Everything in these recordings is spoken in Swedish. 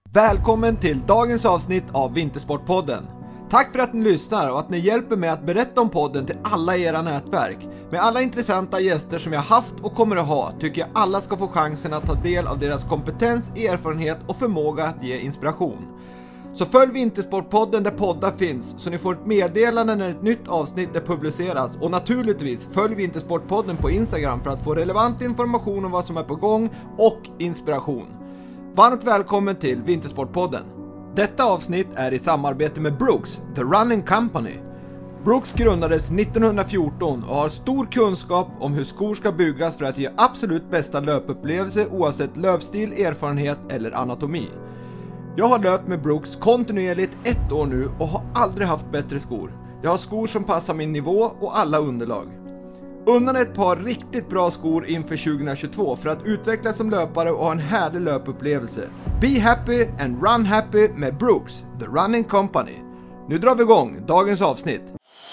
Välkommen till dagens avsnitt av Vintersportpodden. Tack för att ni lyssnar och att ni hjälper mig att berätta om podden till alla era nätverk. Med alla intressanta gäster som jag haft och kommer att ha tycker jag alla ska få chansen att ta del av deras kompetens, erfarenhet och förmåga att ge inspiration. Så följ Vintersportpodden där poddar finns så ni får ett meddelande när ett nytt avsnitt är publiceras. Och naturligtvis följ Vintersportpodden på Instagram för att få relevant information om vad som är på gång och inspiration. Varmt välkommen till Vintersportpodden. Detta avsnitt är i samarbete med Brooks, The Running Company. Brooks grundades 1914 och har stor kunskap om hur skor ska byggas för att ge absolut bästa löpupplevelse oavsett löpstil, erfarenhet eller anatomi. Jag har löpt med Brooks kontinuerligt 1 år nu och har aldrig haft bättre skor. Jag har skor som passar min nivå och alla underlag. Unna ett par riktigt bra skor inför 2022 för att utvecklas som löpare och ha en härlig löpupplevelse. Be happy and run happy med Brooks, The Running Company. Nu drar vi igång dagens avsnitt.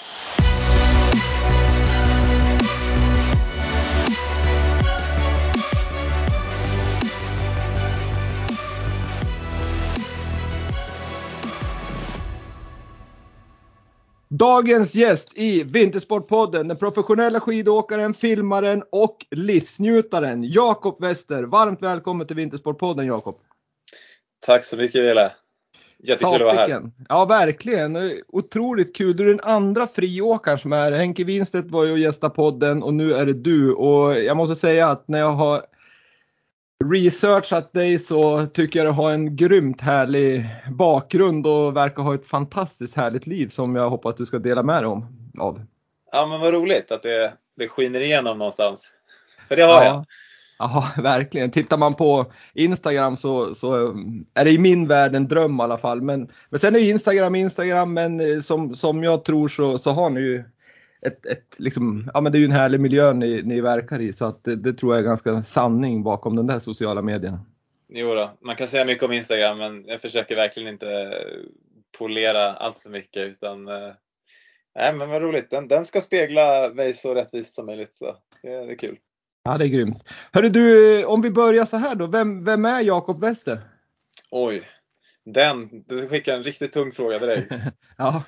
Dagens gäst i Vintersportpodden, den professionella skidåkaren, filmaren och livsnjutaren Jakob Wester. Varmt välkommen till Vintersportpodden, Jakob. Tack så mycket, Vela. Jättekul att vara här. Ja, verkligen. Otroligt kul. Du är den andra friåkaren som är. Henke Winstedt var ju och gästade podden och nu är det du. Och jag måste säga att när jag har researchat dig så tycker jag att du har en grymt härlig bakgrund och verkar ha ett fantastiskt härligt liv som jag hoppas du ska dela med dig av. Ja, men vad roligt att det skiner igenom någonstans. För det har jag. Ja, verkligen. Tittar man på Instagram så är det i min värld en dröm i alla fall. Men sen är ju Instagram, men som jag tror så har ni ju liksom, ja, men det är ju en härlig miljö ni verkar i, så att det tror jag är ganska sanning bakom den där sociala medierna. Jo då, man kan säga mycket om Instagram, men jag försöker verkligen inte polera allt för mycket, utan nej, men vad roligt, den ska spegla mig så rättvist som möjligt, så det är kul. Ja, det är grymt. Hörru du, om vi börjar så här då, vem är Jakob Wester? Oj, du skickar en riktigt tung fråga direkt. Ja.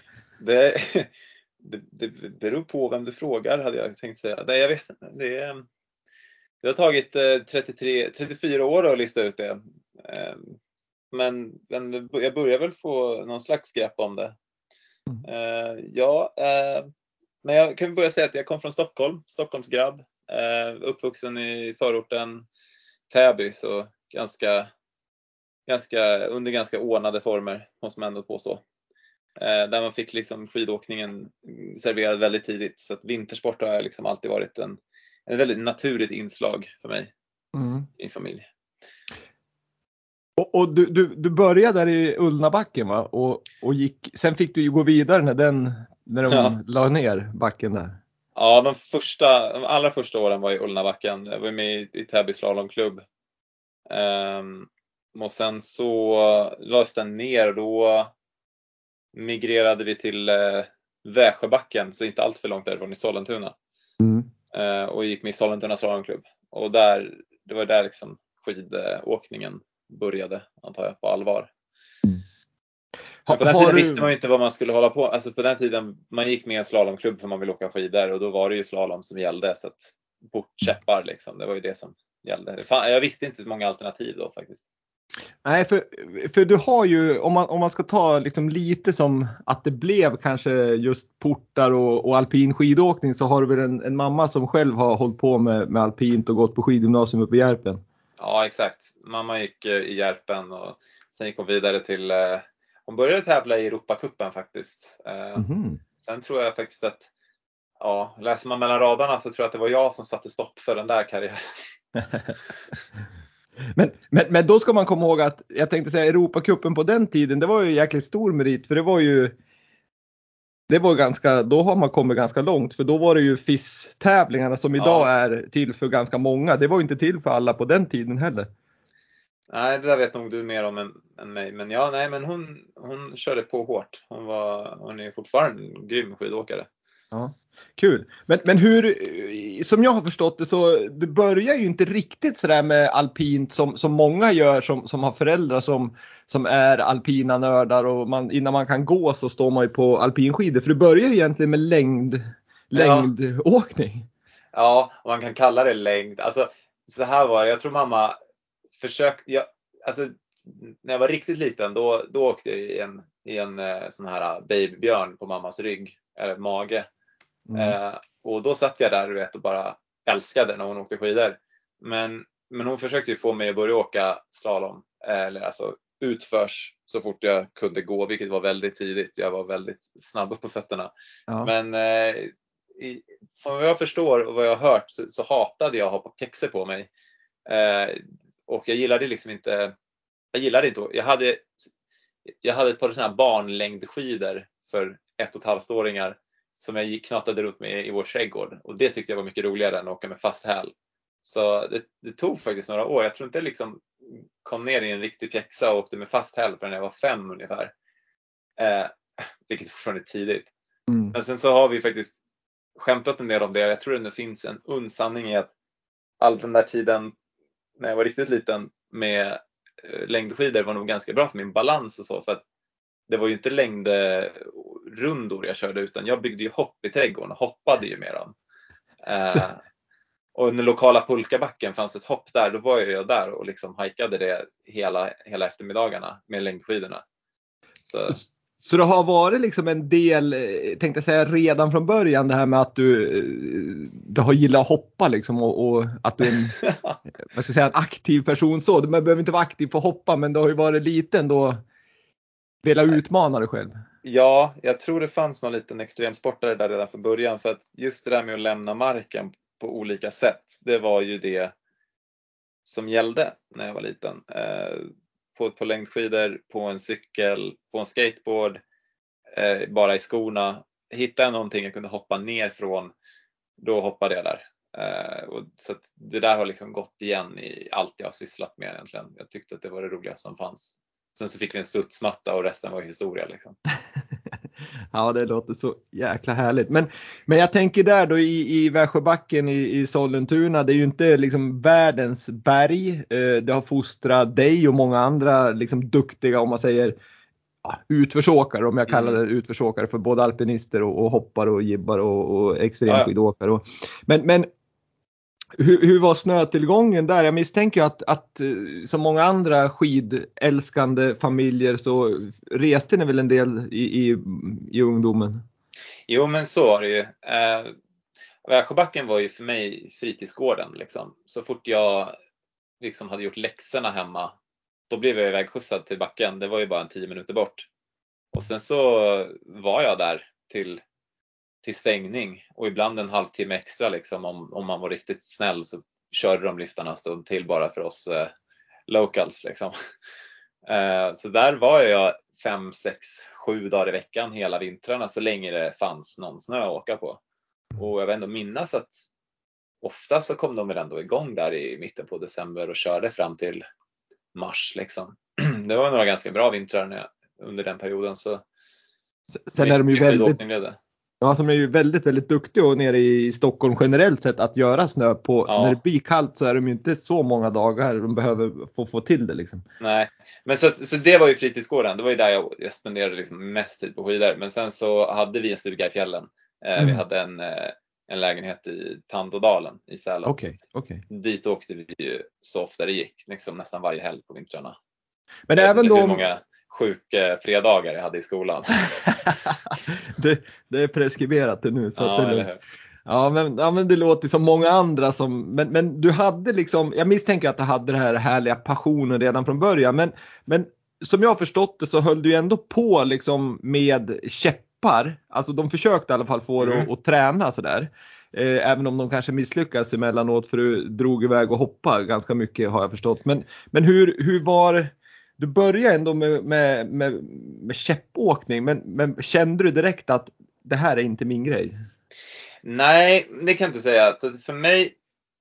Det beror på vem du frågar, hade jag tänkt säga. Nej, jag vet inte. Det har tagit 34 år att lista ut det. Men jag börjar väl få någon slags grepp om det. Men jag kan börja säga att jag kom från Stockholmsgrabb. Uppvuxen i förorten Täby, så under ganska ordnade former, måste man ändå påstå. Där man fick liksom skidåkningen serverad väldigt tidigt, så att vintersport har liksom alltid varit en väldigt naturligt inslag för mig i familj. Och du började där i Ullnabacken, va? Och sen fick du ju gå vidare när de la ner backen där. Ja, de allra första åren var i Ullnabacken. Jag var med i Täby slalomklubb. Och sen så lades den ner, och då migrerade vi till Väsjöbacken, så inte allt för långt därifrån, i Sollentuna. Och gick med i Sollentuna slalomklubb. Och det var där liksom skidåkningen började, antar jag, på allvar. Men på den tiden visste man ju inte vad man skulle hålla på. Alltså på den tiden, man gick med i en slalomklubb för man vill åka skidor, och då var det ju slalom som gällde, så att bort käppar liksom, det var ju det som gällde. Jag visste inte så många alternativ då faktiskt. Nej, för du har ju, om man ska ta liksom lite som att det blev kanske just portar och alpin skidåkning, så har du väl en mamma som själv har hållit på med alpint och gått på skidgymnasium uppe i Järpen. Ja, exakt. Mamma gick i Järpen och sen gick hon vidare till, hon började tävla i Europacupen faktiskt. Sen tror jag faktiskt att, ja, läser man mellan radarna så tror jag att det var jag som satte stopp för den där karriären. Men då ska man komma ihåg att, jag tänkte säga, Europacupen på den tiden, det var ju jäkligt stor merit, för det var ganska, då har man kommit ganska långt, för då var det ju FIS-tävlingarna som idag är till för ganska många. Det var ju inte till för alla på den tiden heller. Nej, det där vet nog du mer om än mig. Men men hon körde på hårt. Hon är fortfarande en grym skidåkare. Ja, kul. Men hur, som jag har förstått det, så det börjar ju inte riktigt sådär med alpint som många gör som har föräldrar som är alpina nördar, och innan man kan gå så står man ju på alpinskidor. För det börjar ju egentligen med längdåkning. Ja, och man kan kalla det längd. Alltså, så här var det. Jag tror mamma försökte, alltså när jag var riktigt liten då åkte jag i en sån här babybjörn på mammas rygg, eller mage. Och då satt jag där, du vet, och bara älskade när hon åkte skidor. Men hon försökte ju få mig att börja åka slalom, eller alltså utförs så fort jag kunde gå, vilket var väldigt tidigt. Jag var väldigt snabb på fötterna. Ja. Men från vad jag förstår och vad jag har hört så hatade jag att ha kexer på mig. Och jag gillade liksom inte. Jag hade ett par sådana här barnlängdskidor för 1,5-åringar som jag knatade runt med i vår trädgård. Och det tyckte jag var mycket roligare än att åka med fast häl. Så det tog faktiskt några år. Jag tror inte jag liksom kom ner i en riktig pjäxa och åkte med fast häl förrän jag var 5 ungefär. Vilket fortfarande är tidigt. Men sen så har vi faktiskt skämtat en del om det. Jag tror att det finns en unsanning i att all den där tiden när jag var riktigt liten med längdskidor var nog ganska bra för min balans och så. För att det var ju inte längdrundor jag körde, utan jag byggde ju hopp i trädgården och hoppade ju med dem. Och i den lokala pulkabacken fanns ett hopp där. Då var jag där och liksom hajkade det hela eftermiddagarna med längdskidorna. Så det har varit liksom en del, tänkte jag säga, redan från början, det här med att du har gillat att hoppa liksom, och att du är en aktiv person så. Man behöver inte vara aktiv för att hoppa, men det har ju varit lite ändå velat utmana dig själv. Ja, jag tror det fanns någon liten extremsportare där redan från början, för att just det där med att lämna marken på olika sätt, det var ju det som gällde när jag var liten. På längdskidor, på en cykel, på en skateboard, bara i skorna. Hittade jag någonting jag kunde hoppa ner från, då hoppade jag där. Så att det där har liksom gått igen i allt jag har sysslat med egentligen. Jag tyckte att det var det roligaste som fanns. Sen så fick vi en studsmatta och resten var historia liksom. Ja, det låter så jäkla härligt. Men jag tänker där då i Värsjöbacken i Sollentuna, det är ju inte liksom världens berg. Det har fostrat dig och många andra liksom duktiga, om man säger, utförsåkare, om jag kallar det utförsåkare, för både alpinister och hoppare och gibbar och extremskidåkare. Ja. Men hur var snötillgången där? Jag misstänker att som många andra skidälskande familjer så reste ni väl en del i ungdomen? Jo, men så var det ju. Värsjöbacken var ju för mig fritidsgården liksom. Så fort jag liksom hade gjort läxorna hemma, då blev jag ivägskjutsad till backen. Det var ju bara 10 minuter bort. Och sen så var jag där till stängning, och ibland en halvtimme extra liksom, om man var riktigt snäll så körde de liftarna stund till bara för oss locals liksom. Så där var jag 5, 6, 7 dagar i veckan hela vintrarna, så länge det fanns någon snö att åka på. Och jag vill ändå minnas att ofta så kom de väl ändå igång där i mitten på december och körde fram till mars liksom. Det var några ganska bra vintrar under den perioden. Så sen är de ju väldigt, ja, som är ju väldigt, väldigt duktiga och nere i Stockholm generellt sett att göra snö på. Ja. När det blir kallt så är de ju inte så många dagar de behöver få till det liksom. Nej, men så det var ju fritidsgården. Det var ju där jag spenderade liksom mest tid på skidor. Men sen så hade vi en stuga i fjällen. Vi hade en lägenhet i Tandådalen i Sälen. Okay. Dit åkte vi ju så ofta det gick, liksom nästan varje helg på vintrarna. Men även då... Hur många fredagar jag hade i skolan. det är preskriberat det nu. Så ja, att det eller hur? Ja, men det låter som många andra som... Men du hade liksom... Jag misstänker att du hade det här härliga passionen redan från början. Men som jag har förstått det så höll du ändå på liksom med käppar. Alltså de försökte i alla fall få dig att träna sådär. Även om de kanske misslyckas emellanåt, för du drog iväg och hoppa ganska mycket, har jag förstått. Men hur var... Du började ändå med käppåkning, men kände du direkt att det här är inte min grej? Nej, det kan jag inte säga. För mig,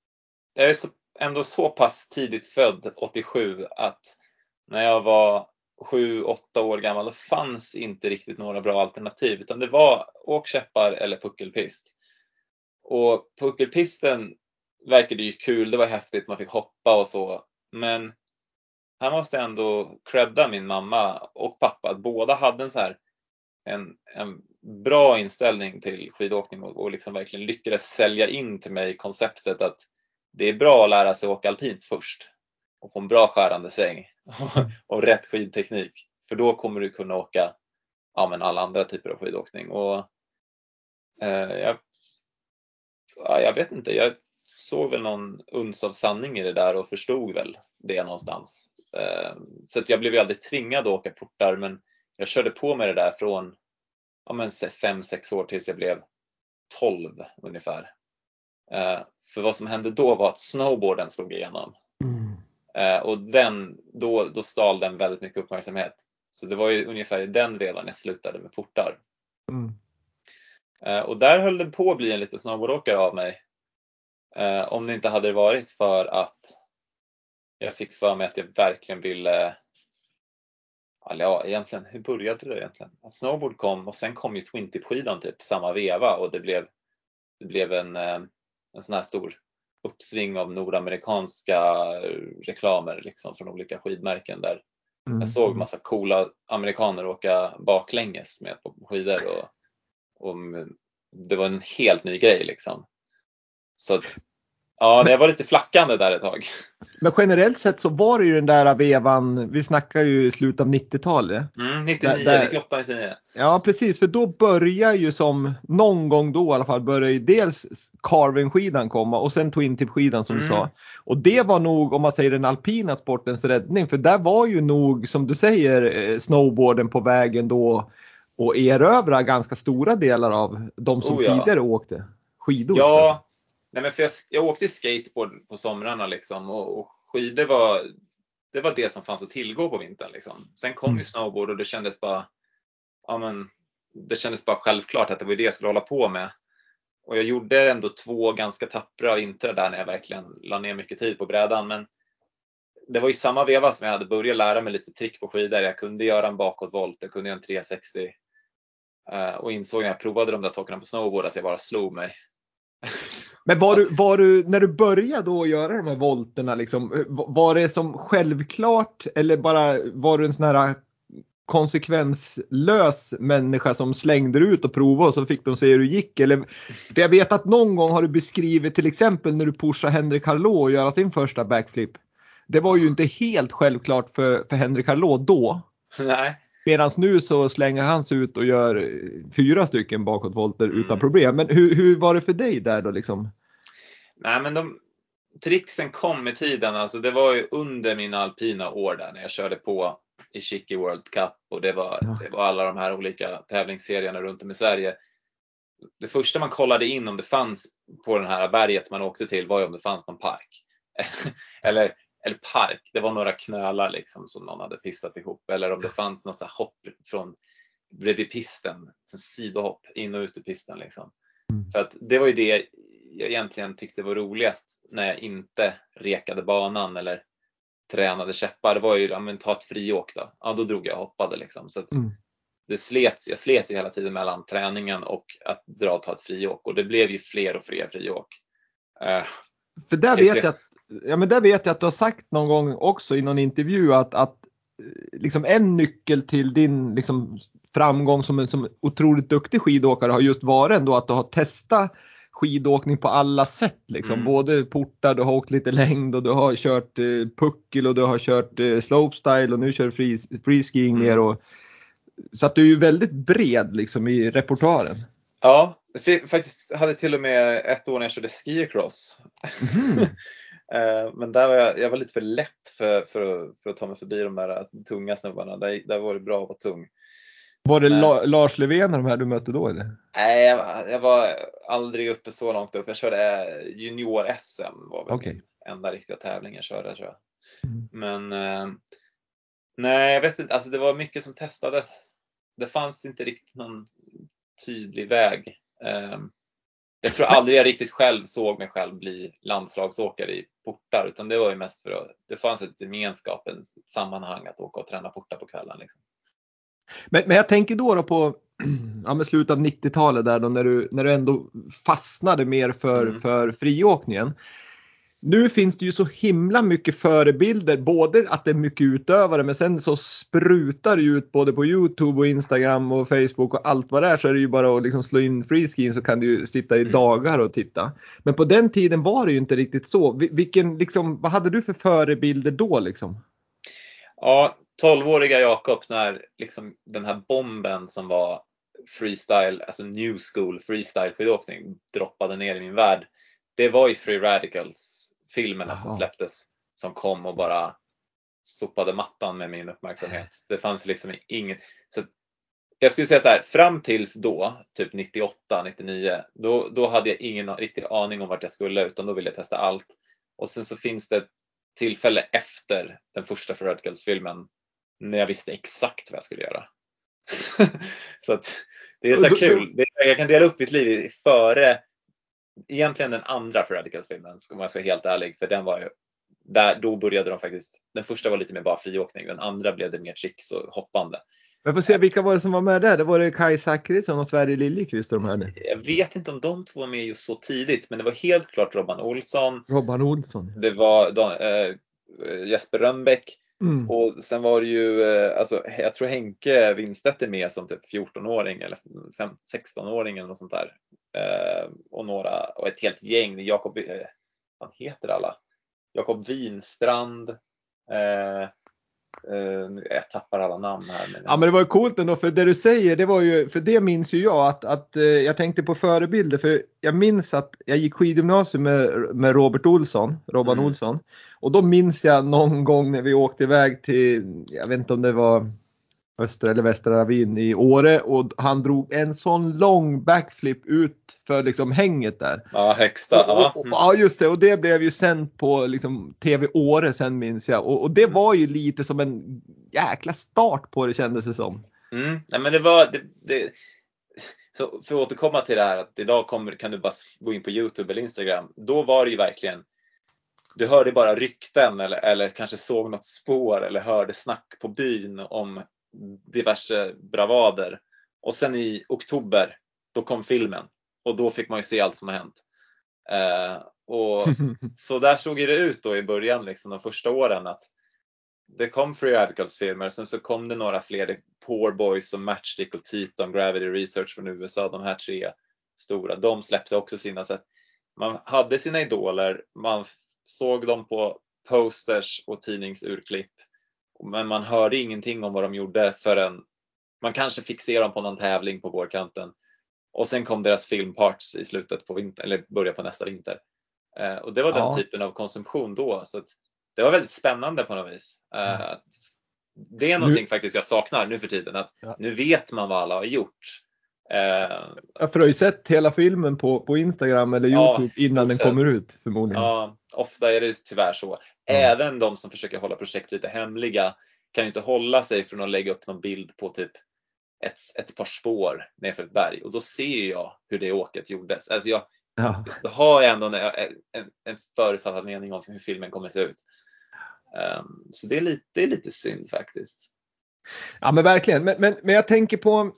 jag är ändå så pass tidigt född, 87, att när jag var 7-8 år gammal, då fanns inte riktigt några bra alternativ, utan det var åkkäppar eller puckelpist. Och puckelpisten verkade ju kul, det var häftigt, man fick hoppa och så. Men här måste jag ändå credda min mamma och pappa att båda hade en bra inställning till skidåkning och liksom verkligen lyckades sälja in till mig konceptet att det är bra att lära sig åka alpint först och få en bra skärande sväng och rätt skidteknik, för då kommer du kunna åka men alla andra typer av skidåkning. Och jag vet inte, jag såg väl någon uns av sanning i det där och förstod väl det någonstans. Så att jag blev ju aldrig tvingad att åka portar, men jag körde på med det där från 5-6 år tills jag blev 12 ungefär. För vad som hände då var att snowboarden slog igenom. Och då stal den väldigt mycket uppmärksamhet. Så det var ju ungefär i den vevan jag slutade med portar. Och där höll det på att bli en liten snowboardåkare av mig. Om det inte hade varit för att jag fick för mig att jag verkligen ville... egentligen, hur började det egentligen? Snowboard kom och sen kom ju Twin Tip-skidan typ samma veva, och det blev en sån här stor uppsving av nordamerikanska reklamer liksom från olika skidmärken där jag såg massa coola amerikaner åka baklänges med på skidor och det var en helt ny grej liksom. Så att, det var lite flackande där ett tag. Men generellt sett så var det ju den där vevan, vi snackar ju i slutet av 90-talet. 98, 99. Ja, precis, för då börjar ju som någon gång då i alla fall börjar ju dels Carven-skidan komma och sen Twin Tip-skidan som du sa. Och det var nog, om man säger den alpina sportens räddning, för där var ju nog, som du säger, snowboarden på vägen då och erövra ganska stora delar av de som tidigare åkte skidor. Ja. Nej, men för jag åkte skateboard på somrarna liksom, och skidor var det som fanns att tillgå på vintern liksom. Sen kom ju snowboard och det kändes bara självklart att det var det jag skulle hålla på med. Och jag gjorde ändå 2 ganska tappra vintrar där när jag verkligen la ner mycket tid på brädan, men det var i samma veva som jag hade börjat lära mig lite trick på skidor. Jag kunde göra en bakåtvolt, jag kunde göra en 360 och insåg när jag provade de där sakerna på snowboard att jag bara slog mig. Men var du när du började då göra de här volterna liksom, var det som självklart eller bara var du en sån här konsekvenslös människa som slängde ut och provade och så fick de se hur det gick? Eller, för jag vet att någon gång har du beskrivit till exempel när du pushade Henrik Harlot och göra sin första backflip. Det var ju inte helt självklart för Henrik Harlot då. Nej. Medan nu så slänger han sig ut och gör 4 stycken bakåtvolter utan problem. Men hur var det för dig där då liksom? Nej, men tricksen kom med tiden. Alltså det var ju under mina alpina år där när jag körde på i Chicky World Cup. Och det var alla de här olika tävlingsserierna runt om i Sverige. Det första man kollade in om det fanns på den här berget man åkte till var ju om det fanns någon park. eller park, det var några knölar liksom som någon hade pistat ihop, eller om det fanns någon så här hopp från bredvid pisten, en sidohopp in och ut ur pisten liksom. För att det var ju det jag egentligen tyckte var roligast när jag inte rekade banan eller tränade käppar. Det var ju, ta ett friåk då. Ja, då drog jag och hoppade liksom. Så att jag slets ju hela tiden mellan träningen och att dra och ta ett friåk, och det blev ju fler och fler friåk. För där vet jag där vet jag att du har sagt någon gång också i någon intervju att liksom en nyckel till din liksom framgång som otroligt duktig skidåkare har just varit ändå att du har testat skidåkning på alla sätt liksom. Både portar, du har åkt lite längd och du har kört puckel och du har kört slopestyle och nu kör freeskiing mer och så att du är ju väldigt bred liksom i repertoaren. Ja, jag faktiskt hade till och med ett år när jag körde skicross. Men där var jag var lite för lätt för att ta mig förbi de där tunga snubbarna. Där var det bra att vara tung. Var det Lars Löfven de här du mötte då eller? Nej, jag var aldrig uppe så långt upp. Jag körde junior-SM var väl enda riktiga tävling jag körde, tror jag. Men nej, jag vet inte. Alltså det var mycket som testades. Det fanns inte riktigt någon tydlig väg. jag tror aldrig jag riktigt själv såg mig själv bli landslagsåkare i portar, utan det var ju mest för att det fanns ett gemenskap, ett sammanhang att åka och träna portar på kvällen liksom. Men jag tänker då på med slutet av 90-talet där då, när du ändå fastnade mer för friåkningen. Nu finns det ju så himla mycket förebilder, både att det är mycket utövare, men sen så sprutar det ut både på YouTube och Instagram och Facebook och allt vad det är, så är det ju bara att liksom slå in freeskin så kan du ju sitta i dagar och titta. Men på den tiden var det ju inte riktigt så. Vad hade du för förebilder då liksom? Ja, 12-åriga Jakob, när liksom den här bomben som var freestyle, alltså new school freestyle skidåkning droppade ner i min värld. Det var ju Free Radicals filmerna som släpptes, som kom och bara sopade mattan med min uppmärksamhet. Det fanns liksom inget. Så jag skulle säga så här, fram tills då, typ 98, 99, då hade jag ingen riktig aning om vart jag skulle, utan då ville jag testa allt. Och sen så finns det ett tillfälle efter den första Free Radicals-filmen när jag visste exakt vad jag skulle göra. Så att det är så kul. Jag kan dela upp mitt liv i före egentligen den andra Free Radicals-filmen, om jag ska vara helt ärlig, för den var ju då började de faktiskt. Den första var lite mer bara friåkning, den andra blev det mer tricks och hoppande. Jag får se vilka var det som var med där. Det var det Kai Zackrisson och Sverre Liljekvist de här. Jag vet inte om de två var med just så tidigt, men det var helt klart Robban Olsson. Det var Jesper Rönnbäck. Och sen var det ju jag tror Henke Winstedt är med som typ 14-åring eller 16-åring eller något sånt där. Och ett helt gäng. Jakob, vad heter alla? Jakob Winstrand. Jag tappar alla namn här. Men det var ju coolt ändå, för det du säger, det var ju, för det minns ju jag att jag tänkte på förebilder, för jag minns att jag gick skidgymnasium med Robban Olsson, och då minns jag någon gång när vi åkte iväg till, jag vet inte om det var Östra eller Västra Ravin i Åre, och han drog en sån lång backflip ut för liksom hänget där. Ja, högsta. Ja, just det, och det blev ju sänt på liksom TV Åre sen, minns jag, och det var ju lite som en jäkla start på det, kändes det som. Nej, men det var det. Så för att återkomma till det här att idag kan du bara gå in på YouTube eller Instagram. Då var det ju verkligen, du hörde bara rykten eller kanske såg något spår eller hörde snack på byn om diverse bravader, och sen i oktober då kom filmen, och då fick man ju se allt som har hänt. Och så där såg det ut då i början, liksom de första åren, att det kom Free Radicals filmer, sen så kom det några fler, Poor Boys och Matchstick och Teton, Gravity Research från USA, de här tre stora, de släppte också sina sätt. Man hade sina idoler, man såg dem på posters och tidningsurklipp, men man hörde ingenting om vad de gjorde förrän man kanske fick se dem på någon tävling på vårkanten. Och sen kom deras filmparts i slutet på vinter, eller början på nästa vinter. Och det var den typen av konsumtion då. Så att det var väldigt spännande på något vis. Det är någonting faktiskt jag saknar nu för tiden. Att nu vet man vad alla har gjort. För du har ju sett hela filmen på Instagram eller YouTube innan den kommer ut förmodligen. Ja, ofta är det tyvärr så. Även de som försöker hålla projekt lite hemliga kan ju inte hålla sig från att lägga upp någon bild på typ ett par spår nerför ett berg. Och då ser jag hur det åket gjordes. Alltså jag har ändå en förutfattad mening om hur filmen kommer se ut. Så det är lite synd faktiskt. Ja, men verkligen. Men jag tänker på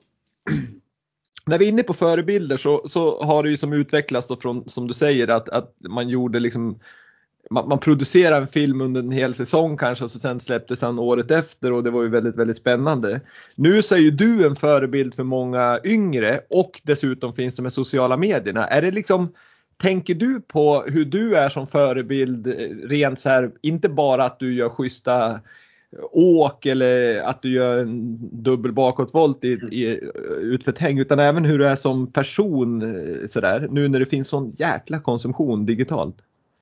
när vi är inne på förebilder så har det ju som utvecklats då från, som du säger, att man gjorde liksom, man producerar en film under en hel säsong kanske, och så sen släpptes han året efter, och det var ju väldigt, väldigt spännande. Nu så är ju du en förebild för många yngre, och dessutom finns det med sociala medierna. Är det liksom, tänker du på hur du är som förebild rent så här, inte bara att du gör schyssta åk eller att du gör en dubbel bakåtvolt i utför ett häng, utan även hur du är som person sådär, nu när det finns sån jäkla konsumtion digitalt?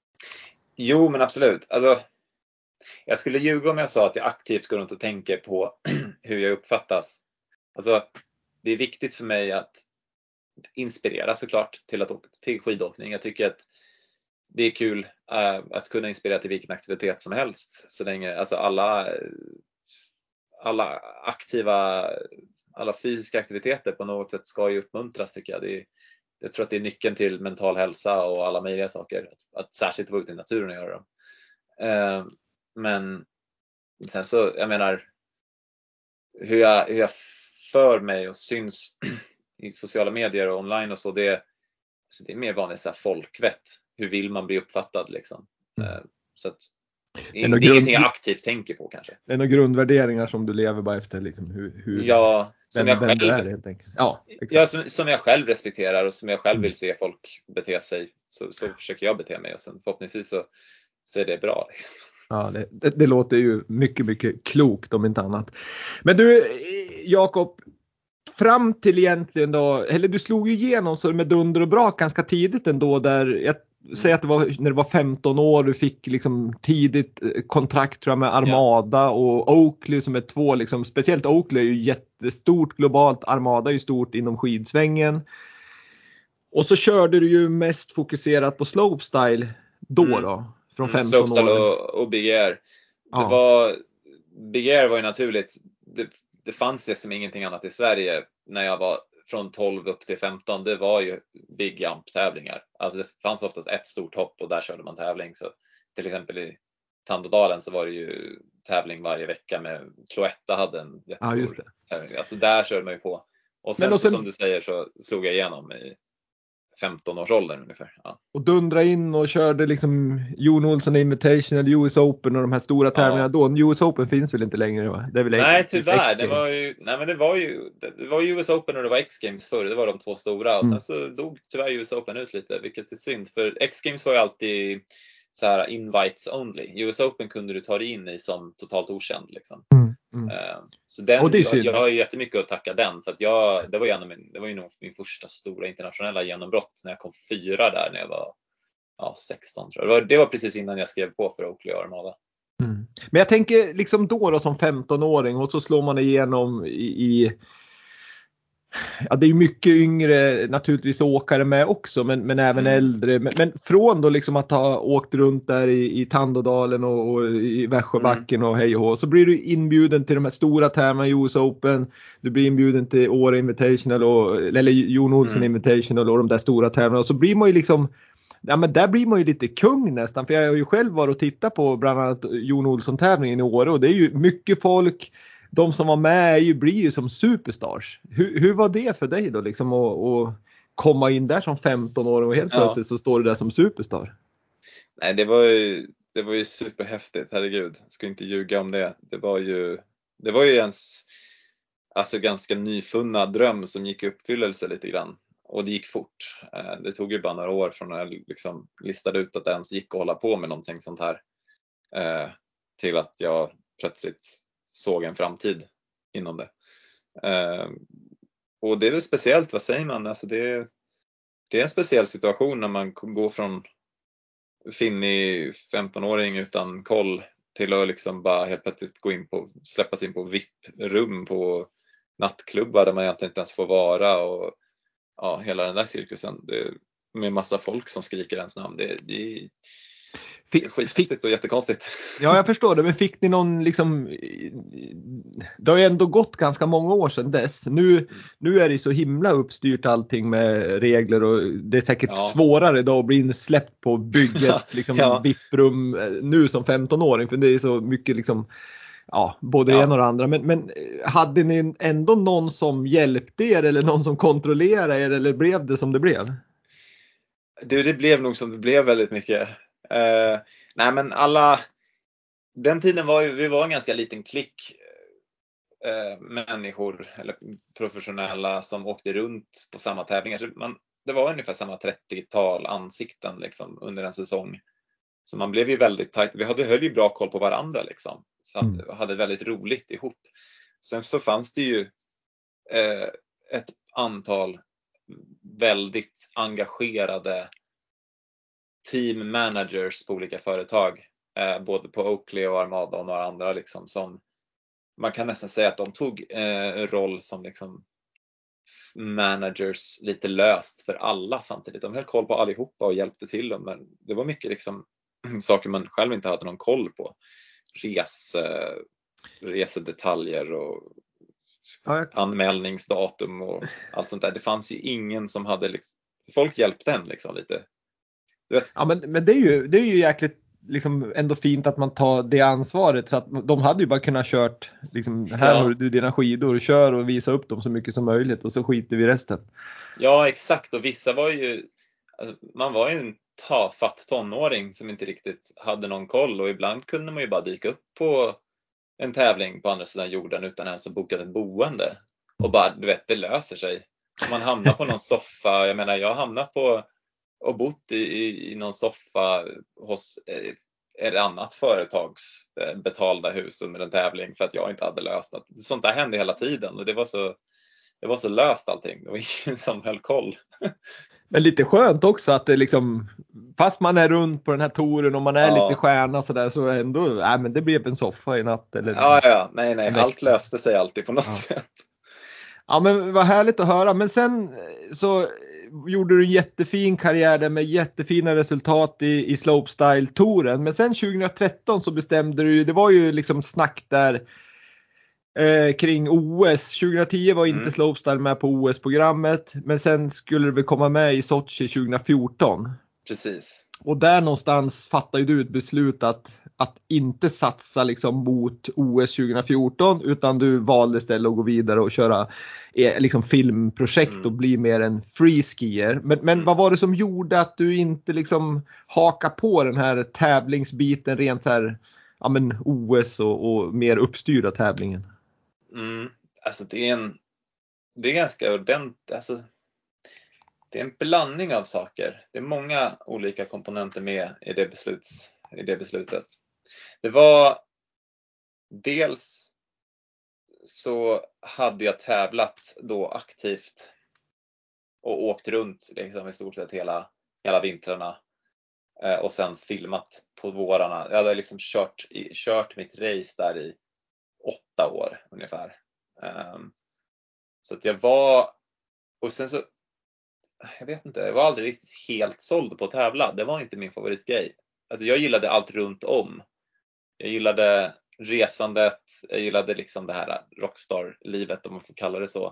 Jo, men absolut. Alltså, jag skulle ljuga om jag sa att jag aktivt går runt och tänker på hur jag uppfattas. Alltså, det är viktigt för mig att inspirera såklart till skidåkning. Jag tycker att det är kul att kunna inspirera till vilken aktivitet som helst. Så länge, alltså alla fysiska aktiviteter på något sätt ska ju uppmuntras, tycker jag. jag tror att det är nyckeln till mental hälsa och alla möjliga saker. Att särskilt vara ute i naturen och göra dem. Men sen så, jag menar, hur jag för mig och syns i sociala medier och online och så, det är mer vanligt så här folkvett. Hur vill man bli uppfattad liksom? Så att det är ingenting jag aktivt tänker på kanske. Det är några grundvärderingar som du lever bara efter liksom, hur ja, som jag själv är, helt enkelt. Ja, exakt. Ja, som jag själv respekterar och som jag själv vill se folk bete sig, så försöker jag bete mig, och sen förhoppningsvis så är det bra liksom. Ja, det låter ju mycket, mycket klokt om inte annat. Men du, Jakob, fram till egentligen då, eller du slog ju igenom så med dunder och brak ganska tidigt ändå, där jag säger att det var när du var 15 år, du fick liksom tidigt kontrakt tror jag med Armada och Oakley som är två liksom, speciellt Oakley är ju jättestort globalt, Armada är ju stort inom skidsvängen. Och så körde du ju mest fokuserat på slopestyle då från 15 slopestyle år. och Big Air. Big Air var ju naturligt. Det fanns det som ingenting annat i Sverige när jag var från 12 upp till 15. Det var ju Big Jump tävlingar. Alltså det fanns oftast ett stort hopp och där körde man tävling. Så till exempel i Tandådalen så var det ju tävling varje vecka med Cloetta hade en jättestor tävling. Alltså där körde man ju på. Och sen så, som du säger, så slog jag igenom i 15-årsåldern ungefär. Ja. Och dundra in och körde liksom Jon Olsson Invitational, US Open och de här stora tävlingarna då. US Open finns väl inte längre va? Det är väl nej, tyvärr. Det var ju US Open och det var X-Games förr. Det var de två stora. Och sen så dog tyvärr US Open ut lite, vilket är synd. För X-Games var ju alltid så här invites only. US Open kunde du ta dig in i som totalt okänd liksom. Så den, jag har ju jättemycket att tacka den, för att det var ju nog min första stora internationella genombrott när jag kom 4 där när jag var 16 tror jag. Det var precis innan jag skrev på för Oakley och Armada. Men jag tänker liksom då som 15-åring och så slår man igenom i det är ju mycket yngre naturligtvis åkare med också, men även äldre. Men från då liksom att ha åkt runt där i Tandådalen och i Västjöbacken och hej och hå, så blir du inbjuden till de här stora tävlingarna i US Open. Du blir inbjuden till Åre Invitational eller Jon Olsson Invitational och de där stora tävlingarna. Och så blir man ju liksom, men där blir man ju lite kung nästan. För jag har ju själv varit och tittat på bland annat Jon Olsson-tävlingen i Åre och det är ju mycket folk. De som var med blir ju som superstars. Hur var det för dig då liksom att komma in där som 15-åring och helt plötsligt så står du där som superstar? Nej, det var ju superhäftigt, herregud. Jag ska inte ljuga om det. Det var ju ens alltså ganska nyfunna dröm som gick i uppfyllelse lite grann. Och det gick fort. Det tog ju bara några år från när jag liksom listade ut att det ens gick att hålla på med någonting sånt här. Till att jag plötsligt såg en framtid inom det. Och det är väl speciellt, vad säger man? Alltså det är en speciell situation när man går från finnig 15-åring utan koll till att liksom bara helt plötsligt släppas in på VIP-rum på nattklubbar där man egentligen inte ens får vara, och hela den där cirkusen med massa folk som skriker ens namn. Det är skitfittigt och jättekonstigt. Ja, jag förstår det. Men fick ni någon liksom, det har ju ändå gått ganska många år sedan dess. Nu är det så himla uppstyrt allting med regler och det är säkert svårare då att bli insläppt på bygget liksom VIP-rum nu som 15-åring, för det är så mycket liksom både det ena och det andra. Men hade ni ändå någon som hjälpte er eller någon som kontrollerade er, eller blev det som det blev? Det blev nog som det blev väldigt mycket. Nej, men den tiden vi var en ganska liten klick människor eller professionella som åkte runt på samma tävlingar. Så det var ungefär samma 30-tal ansikten liksom under en säsong. Så man blev ju väldigt tajt. Vi höll ju bra koll på varandra liksom. Så att hade väldigt roligt ihop. Sen så fanns det ju ett antal väldigt engagerade team managers på olika företag, både på Oakley och Armada och några andra liksom, som man kan nästan säga att de tog roll som liksom managers lite löst för alla samtidigt. De höll koll på allihopa och hjälpte till dem, men det var mycket liksom saker man själv inte hade någon koll på. Resedetaljer och anmälningsdatum och allt sånt där. Det fanns ju ingen som hade liksom folk hjälpte en liksom lite. Du vet. Ja, men det är ju jäkligt liksom ändå fint att man tar det ansvaret, så att de hade ju bara kunnat kört liksom, här har du dina skidor, kör och visa upp dem så mycket som möjligt och så skiter vi i resten. Ja, exakt, och vissa var ju, alltså, man var ju en tafatt tonåring som inte riktigt hade någon koll, och ibland kunde man ju bara dyka upp på en tävling på andra sidan jorden utan ens att boka ett boende och bara, du vet, det löser sig. Man hamnar på någon soffa, jag menar, jag har hamnat på och bott i någon soffa hos ett annat företags betalda hus under en tävling för att jag inte hade löst något. Sånt där hände hela tiden, och det var så löst allting. Det var ingen som höll koll. Men lite skönt också att det liksom, fast man är runt på den här touren och man är lite stjärna så där, så ändå, men det blev en soffa i natt. Eller nej, allt löste sig alltid på något sätt. Ja, men vad härligt att höra. Men sen så gjorde du en jättefin karriär där med jättefina resultat i slopestyle-touren. Men sen 2013 så bestämde du, det var ju liksom snack där kring OS. 2010 var inte slopestyle med på OS-programmet, men sen skulle det väl komma med i Sochi 2014. Precis. Och där någonstans fattade du ett beslut att inte satsa liksom mot OS 2014, utan du valde istället att gå vidare och köra liksom filmprojekt och bli mer en freeskier. Men vad var det som gjorde att du inte liksom haka på den här tävlingsbiten rent så här, ja men OS och mer uppstyrda tävlingen? Alltså det är ganska ordentligt, alltså det är en blandning av saker. Det är många olika komponenter med i det beslutet. Det var dels så hade jag tävlat då aktivt och åkt runt liksom i stort sett hela vintrarna och sen filmat på vårarna. Jag hade liksom kört mitt race där i 8 år ungefär. Så att jag var, och sen så, jag vet inte, jag var aldrig riktigt helt såld på att tävla. Det var inte min favoritgrej. Alltså jag gillade allt runt om. Jag gillade resandet, jag gillade liksom det här rockstar-livet, om man får kalla det så.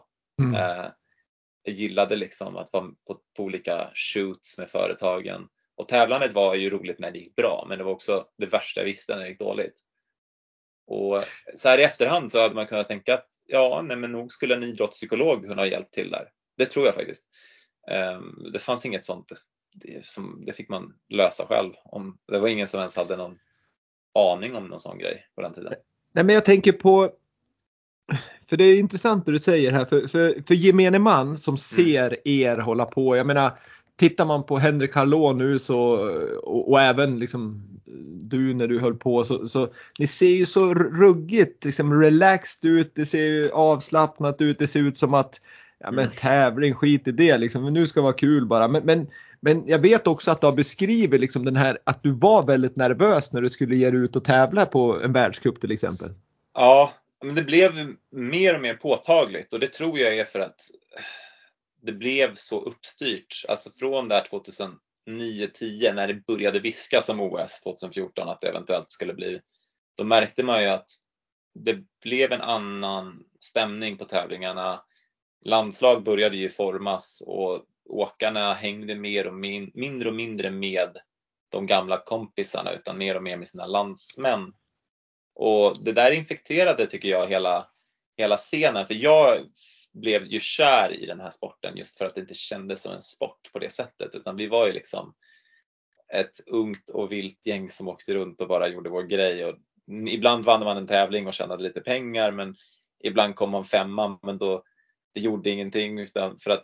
Jag gillade liksom att vara på olika shoots med företagen. Och tävlandet var ju roligt när det gick bra, men det var också det värsta jag visste när det gick dåligt. Och så här i efterhand så hade man kunnat tänka att men nog skulle en idrottspsykolog kunna ha hjälpt till där. Det tror jag faktiskt. Det fanns inget sånt, det fick man lösa själv. Det var ingen som ens hade någon aning om någon sån grej på den tiden. Nej, men jag tänker på, för det är intressant det du säger här, för gemene man som ser er hålla på, jag menar, tittar man på Henrik Harlon nu så, och även liksom du när du höll på, så ni ser ju så ruggigt liksom relaxed ut, det ser ju avslappnat ut, det ser ut som att men tävling, skit i det liksom, men nu ska det vara kul bara. Men jag vet också att du har beskrivit liksom den här, att du var väldigt nervös när du skulle ge dig ut och tävla på en världscup till exempel. Ja, men det blev mer och mer påtagligt, och det tror jag är för att det blev så uppstyrt. Alltså från där 2009-10 när det började viska som OS 2014 att det eventuellt skulle bli, då märkte man ju att det blev en annan stämning på tävlingarna. Landslag började ju formas och åkarna hängde mer och mindre med de gamla kompisarna, utan mer och mer med sina landsmän. Och det där infekterade, tycker jag, hela scenen. För jag blev ju kär i den här sporten just för att det inte kändes som en sport på det sättet, utan vi var ju liksom ett ungt och vilt gäng som åkte runt och bara gjorde vår grej. Och ibland vann man en tävling och tjänade lite pengar, men ibland kom man 5:a, men då det gjorde ingenting, utan för att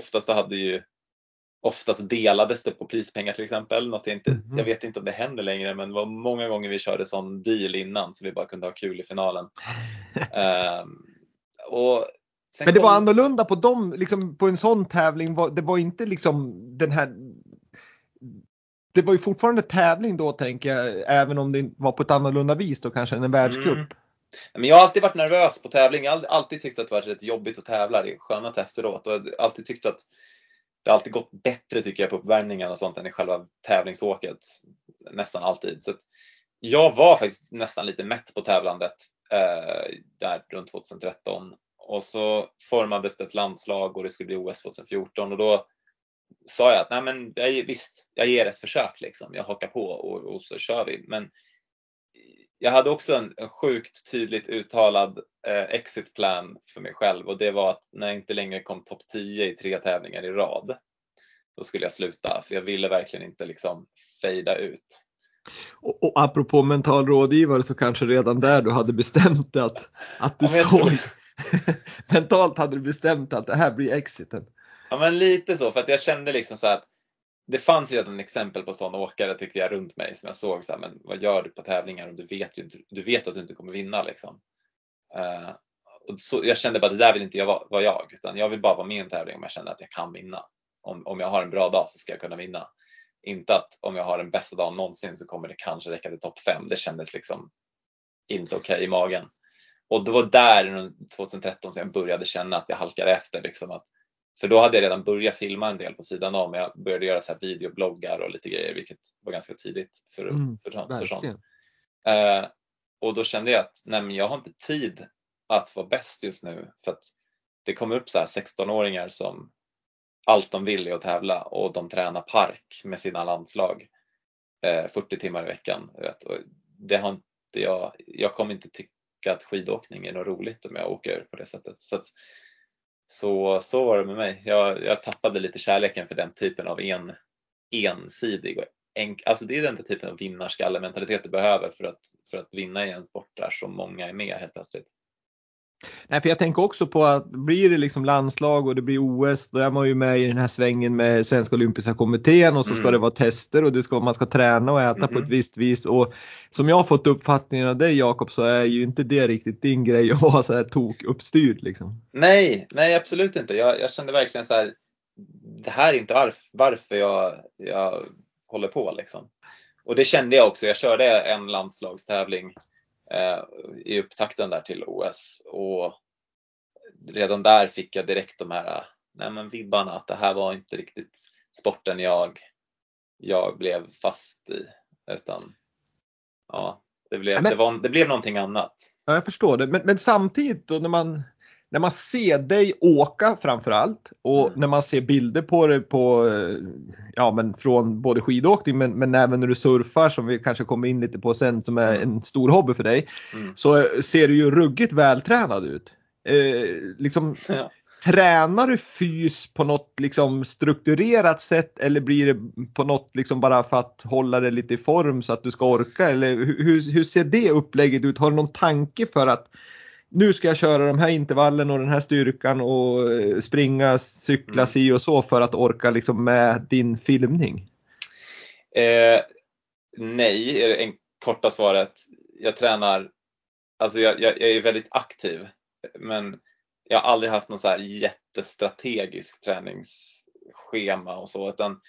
oftast delades det på prispengar till exempel. Något jag vet inte om det händer längre, men det var många gånger vi körde sån deal innan så vi bara kunde ha kul i finalen. Men det var annorlunda på dem, liksom på en sån tävling. Det var inte liksom den här, det var ju fortfarande tävling då, tänker jag, även om det var på ett annorlunda vis då kanske än en världscup. Men jag har alltid varit nervös på tävling. Jag har alltid tyckt att det varit rätt jobbigt att tävla. Det är skönat efteråt. Och jag har alltid tyckt att det har alltid gått bättre, tycker jag, på uppvärmningen och sånt än i själva tävlingsåket. Nästan alltid. Så att jag var faktiskt nästan lite mätt på tävlandet där runt 2013. Och så formades det ett landslag och det skulle bli OS 2014. Och då sa jag att nej men visst, jag ger ett försök liksom. Jag hakar på och så kör vi. Men jag hade också en sjukt tydligt uttalad exit plan för mig själv. Och det var att när jag inte längre kom topp 10 i 3 tävlingar i rad, då skulle jag sluta. För jag ville verkligen inte liksom fejda ut. Och apropå mental rådgivare, så kanske redan där du hade bestämt att du såg mentalt hade du bestämt att det här blir exiten. Ja, men lite så, för att jag kände liksom så här att det fanns redan exempel på sådana åkare, tyckte jag, runt mig som jag såg så här, men vad gör du på tävlingar om du vet att du inte kommer vinna liksom. Och så jag kände bara att det där vill inte jag vara jag, utan jag vill bara vara med i en tävling om jag känner att jag kan vinna. Om jag har en bra dag så ska jag kunna vinna. Inte att om jag har den bästa dagen någonsin så kommer det kanske räcka till topp 5. Det kändes liksom inte okej i magen. Och det var där 2013 som jag började känna att jag halkade efter liksom, för då hade jag redan börjat filma en del på sidan om. Jag började göra så här videobloggar och lite grejer, vilket var ganska tidigt för sånt. Och då kände jag att nej, men jag har inte tid att vara bäst just nu, för att det kommer upp så här 16-åringar som allt de vill är att tävla, och de tränar park med sina landslag 40 timmar i veckan. Vet. Och det har inte jag kommer inte tycka att skidåkning är något roligt om jag åker på det sättet. Så var det med mig. Jag tappade lite kärleken för den typen av ensidig. Alltså det är den typen av vinnarskalle-mentalitet du behöver för att vinna i en sport där så många är med helt plötsligt. Nej, för jag tänker också på att blir det liksom landslag och det blir OS, då är man ju med i den här svängen med Svenska Olympiska kommittén, och så ska det vara tester och man ska träna och äta på ett visst vis. Och som jag har fått uppfattningen av dig, Jakob, så är ju inte det riktigt din grej att vara så här uppstyrd liksom. Nej, absolut inte. Jag kände verkligen så här, det här är inte varför jag håller på liksom. Och det kände jag också. Jag körde en landslagstävling i upptakten där till OS, och redan där fick jag direkt de här vibbarna att det här var inte riktigt sporten jag blev fast i, utan det blev någonting annat. Ja, jag förstår det, men samtidigt då, när man ser dig åka framförallt, och när man ser bilder på det från både skidåkning men även när du surfar, som vi kanske kommer in lite på sen, som är en stor hobby för dig, så ser du ju ruggigt vältränad ut. Tränar du fys på något liksom strukturerat sätt, eller blir det på något liksom bara för att hålla det lite i form så att du ska orka, eller hur ser det upplägget ut? Har du någon tanke för att nu ska jag köra de här intervallen och den här styrkan och springa, cykla si och så för att orka liksom med din filmning? Nej, är det en korta svaret. Jag tränar, alltså jag är väldigt aktiv, men jag har aldrig haft någon så här jättestrategisk träningsschema och så, utan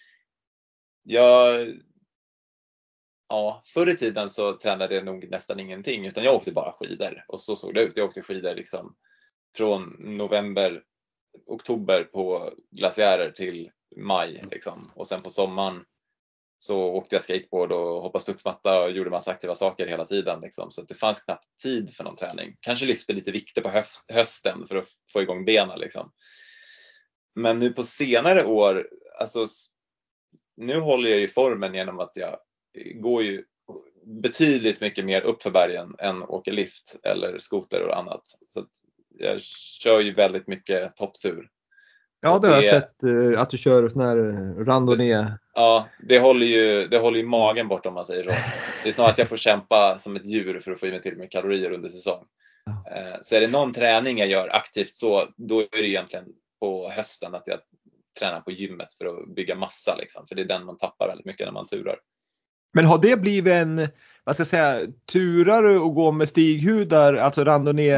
förr i tiden så tränade jag nog nästan ingenting, utan jag åkte bara skidor, och så såg det ut. Jag åkte skidor liksom från oktober på glaciärer till maj liksom. Och sen på sommaren så åkte jag skateboard och hoppade studsmatta och gjorde massa aktiva saker hela tiden liksom. Så att det fanns knappt tid för någon träning. Kanske lyfte lite vikter på hösten för att få igång benen liksom. Men nu på senare år, alltså nu håller jag ju formen genom att jag går ju betydligt mycket mer upp för bergen än åker lift eller skoter och annat. Så att jag kör ju väldigt mycket topptur. Ja, det har jag sett att du kör sån här randonnée. Ja, det håller ju magen bort, om man säger så. Det är snarare att jag får kämpa som ett djur för att få i mig till med kalorier under säsong. Så är det någon träning jag gör aktivt, så då är det egentligen på hösten att jag tränar på gymmet för att bygga massa liksom. För det är den man tappar väldigt mycket när man turar. Men har det blivit en, vad ska jag säga, turar och gå med stighudar, alltså randonnée,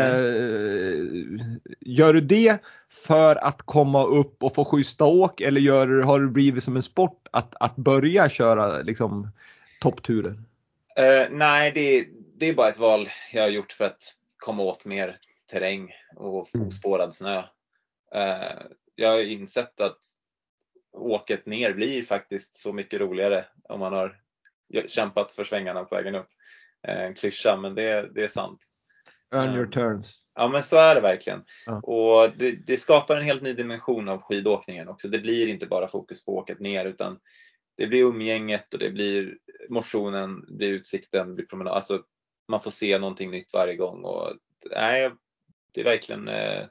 gör du det för att komma upp och få schyssta åk, eller har det blivit som en sport att börja köra liksom toppturer? Nej, det är bara ett val jag har gjort för att komma åt mer terräng och ospårad snö. Jag har insett att åket ner blir faktiskt så mycket roligare om man har kämpat för svängarna på vägen upp. En klyscha, men det är sant. Earn your turns. Ja, men så är det verkligen. Ja. Och det skapar en helt ny dimension av skidåkningen också. Det blir inte bara fokus på åket ner, utan det blir umgänget och det blir motionen, det blir utsikten, det blir promenad. Alltså man får se någonting nytt varje gång. Och nej, det är verkligen det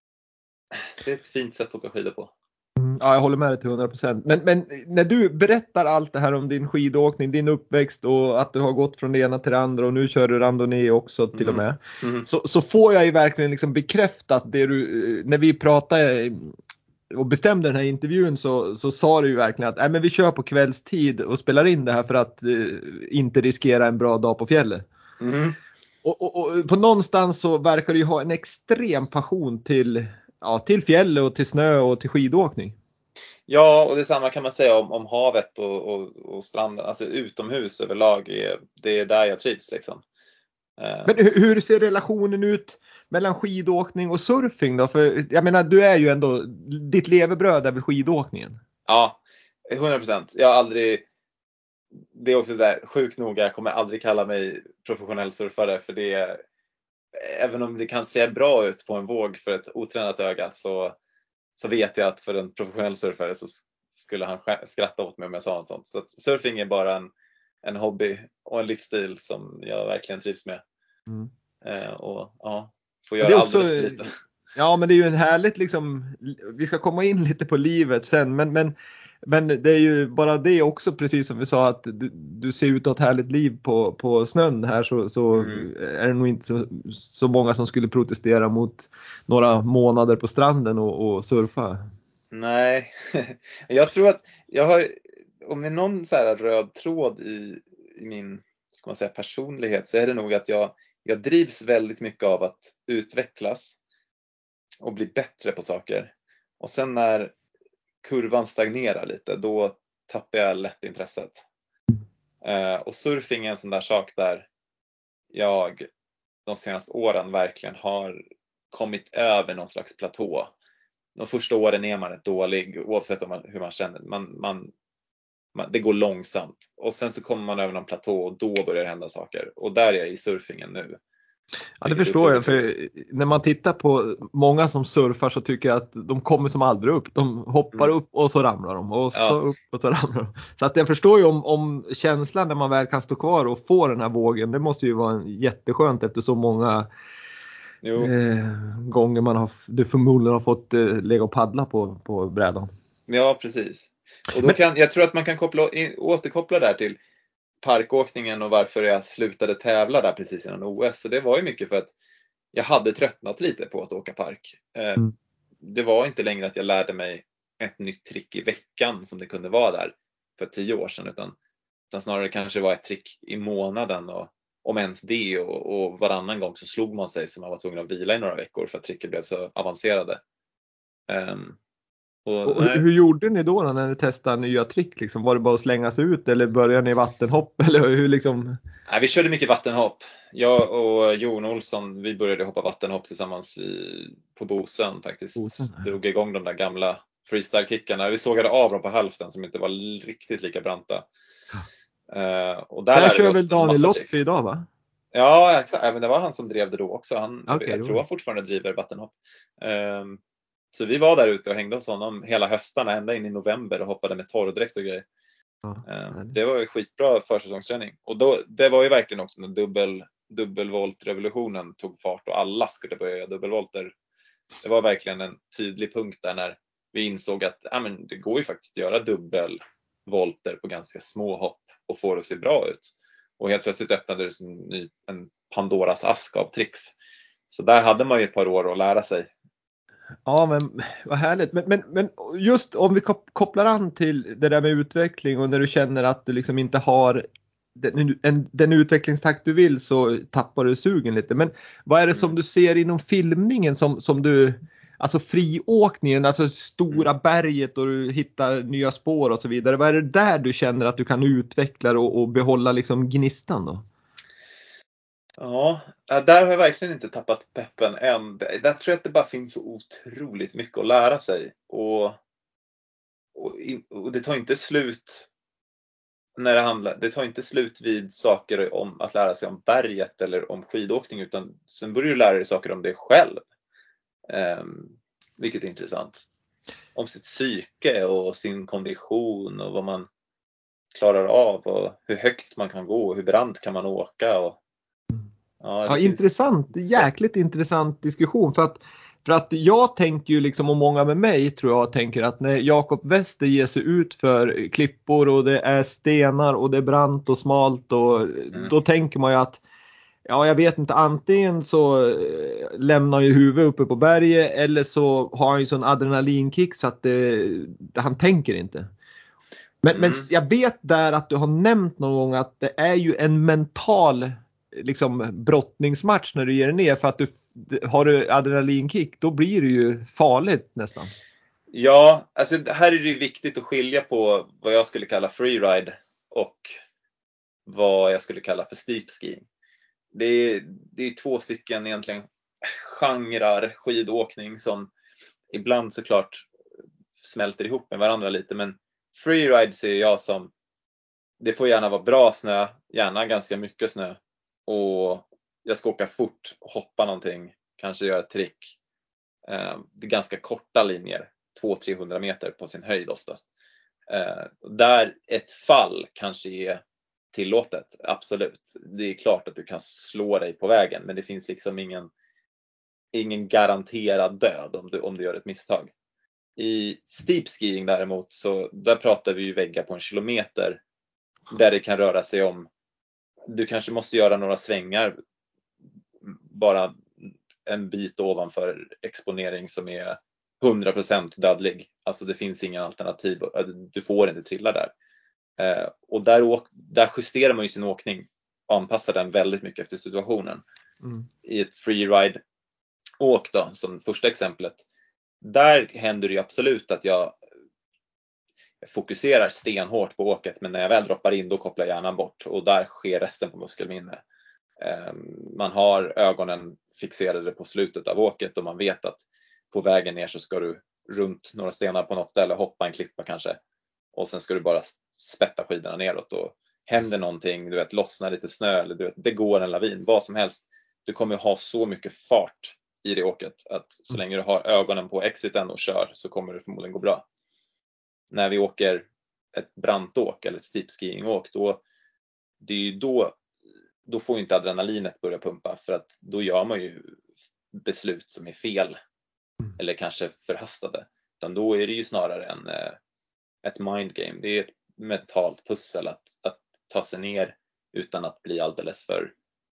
är ett fint sätt att åka skidor på. Ja, jag håller med dig till 100%. Men när du berättar allt det här om din skidåkning, din uppväxt och att du har gått från det ena till det andra och nu kör du randonnée också till och med. Så får jag ju verkligen liksom bekräftat det du, när vi pratade och bestämde den här intervjun så sa du ju verkligen att men vi kör på kvällstid och spelar in det här för att inte riskera en bra dag på fjället. Och på någonstans så verkar du ju ha en extrem passion till fjäll och till snö och till skidåkning. Ja, och detsamma kan man säga om havet och stranden. Alltså utomhus överlag, det är där jag trivs liksom. Men hur ser relationen ut mellan skidåkning och surfing då? För jag menar, du är ju ändå, ditt levebröd är väl skidåkningen? Ja, 100%. Jag har aldrig, det är också där sjukt noga, jag kommer aldrig kalla mig professionell surfare, för det, även om det kan se bra ut på en våg för ett otränat öga, så vet jag att för en professionell surfare så skulle han skratta åt mig om jag sa något sånt. Så att surfing är bara en hobby och en livsstil som jag verkligen trivs med. Och ja, får göra alldeles för lite. Ja, men det är ju en härligt liksom, vi ska komma in lite på livet sen, men det är ju bara det också, precis som vi sa, att du ser ut att ha ett härligt liv på snön här, så är det nog inte så många som skulle protestera mot några månader på stranden och surfa. Nej, jag tror att jag har, om det är någon så här röd tråd i min, ska man säga, personlighet, så är det nog att jag drivs väldigt mycket av att utvecklas och bli bättre på saker. Och sen när kurvan stagnerar lite, då tappar jag lätt intresset. Och surfing är en sån där sak där jag de senaste åren verkligen har kommit över någon slags platå. De första åren är man rätt dålig, oavsett hur man känner. Det går långsamt. Och sen så kommer man över någon platå och då börjar det hända saker. Och där är jag i surfingen nu. Ja, det förstår jag. För när man tittar på många som surfar så tycker jag att de kommer som aldrig upp. De hoppar upp och så ramlar de. Och så upp och så ramlar de. Så att jag förstår ju om känslan när man väl kan stå kvar och få den här vågen. Det måste ju vara jätteskönt efter så många gånger du förmodligen har fått lägga och paddla på brädan. Ja, precis. Och då jag tror att man kan återkoppla där till parkåkningen och varför jag slutade tävla där precis innan OS. Så det var ju mycket för att jag hade tröttnat lite på att åka park. Det var inte längre att jag lärde mig ett nytt trick i veckan som det kunde vara där för 10 år sedan, utan snarare kanske var ett trick i månaden, och om ens det, och varannan gång så slog man sig så man var tvungen att vila i några veckor för att tricket blev så avancerade. Och hur gjorde ni då när ni testade nya trick? Liksom? Var det bara att slänga sig ut eller började ni vattenhopp? Eller hur liksom? Nej, vi körde mycket vattenhopp. Jag och Jon Olsson, vi började hoppa vattenhopp tillsammans på Bosön faktiskt. Drog igång de där gamla freestyle-kickarna. Vi sågade av dem på hälften som inte var riktigt lika branta. Och där kör väl Daniel Lotfi idag, va? Ja, exakt. Men det var han som drev det då också. Jag tror han fortfarande driver vattenhopp. Så vi var där ute och hängde hos honom hela höstarna, ända in i november, och hoppade med torrdräkt och grejer. Det var ju skitbra försäsongsträning. Och det var ju verkligen också när dubbelvoltrevolutionen tog fart och alla skulle börja göra dubbelvolter. Det var verkligen en tydlig punkt där när vi insåg att det går ju faktiskt att göra dubbelvolter på ganska små hopp och få det att se bra ut. Och helt plötsligt öppnade det en Pandoras ask av tricks. Så där hade man ju ett par år att lära sig. Ja, men vad härligt. Men just om vi kopplar an till det där med utveckling, och när du känner att du liksom inte har den utvecklingstakt du vill, så tappar du sugen lite. Men vad är det som du ser inom filmningen som du, alltså friåkningen, alltså stora berget och du hittar nya spår och så vidare. Vad är det där du känner att du kan utveckla och behålla liksom gnistan då? Ja, där har jag verkligen inte tappat peppen än. Där tror jag att det bara finns så otroligt mycket att lära sig. Och det tar inte slut det tar inte slut vid saker om att lära sig om berget eller om skidåkning, utan sen börjar du lära dig saker om dig själv. Vilket är intressant. Om sitt psyke och sin kondition och vad man klarar av och hur högt man kan gå och hur brant kan man åka. Och, ja, intressant. Jäkligt intressant diskussion. För att jag tänker ju liksom, och många med mig tror jag tänker att när Jakob Wester ger sig ut för klippor och det är stenar och det är brant och smalt och då tänker man ju att ja, jag vet inte, antingen så lämnar ju huvudet uppe på berget eller så har han ju sån adrenalinkick så att han tänker inte. Men jag vet där att du har nämnt någon gång att det är ju en mental liksom brottningsmatch när du ger ner, för att har du adrenalinkick då blir det ju farligt nästan. Ja, alltså här är det ju viktigt att skilja på vad jag skulle kalla freeride och vad jag skulle kalla för steep skiing. Det är två stycken egentligen genrer skidåkning som ibland såklart smälter ihop med varandra lite, men freeride ser jag som, det får gärna vara bra snö, gärna ganska mycket snö, och jag ska åka fort, hoppa någonting, kanske göra ett trick. Det är ganska korta linjer, 200-300 meter på sin höjd oftast. Där ett fall kanske är tillåtet, absolut. Det är klart att du kan slå dig på vägen, men det finns liksom ingen garanterad död om du gör ett misstag. I steep skiing däremot, så där pratar vi ju väggar på 1 kilometer, där det kan röra sig om, du kanske måste göra några svängar bara en bit ovanför exponering som är 100% dödlig. Alltså det finns inga alternativ, du får inte trilla där. Och där justerar man ju sin åkning och anpassar den väldigt mycket efter situationen. I ett freeride åk då, som första exemplet, där händer det ju absolut att jag fokuserar stenhårt på åket, men när jag väl droppar in då kopplar hjärnan bort och där sker resten på muskelminne. Man har ögonen fixerade på slutet av åket och man vet att på vägen ner så ska du runt några stenar på något ställe, hoppa en klippa kanske, och sen ska du bara spätta skidorna neråt, och händer någonting, du vet, lossnar lite snö eller du vet, det går en lavin, vad som helst, du kommer ha så mycket fart i det åket att så länge du har ögonen på exiten och kör så kommer det förmodligen gå bra. När vi åker ett brantåk eller ett steep skiing-åk, då får inte adrenalinet börja pumpa, för att då gör man ju beslut som är fel eller kanske förhastade, utan då är det ju snarare ett mind game. Det är ett mentalt pussel att ta sig ner utan att bli alldeles för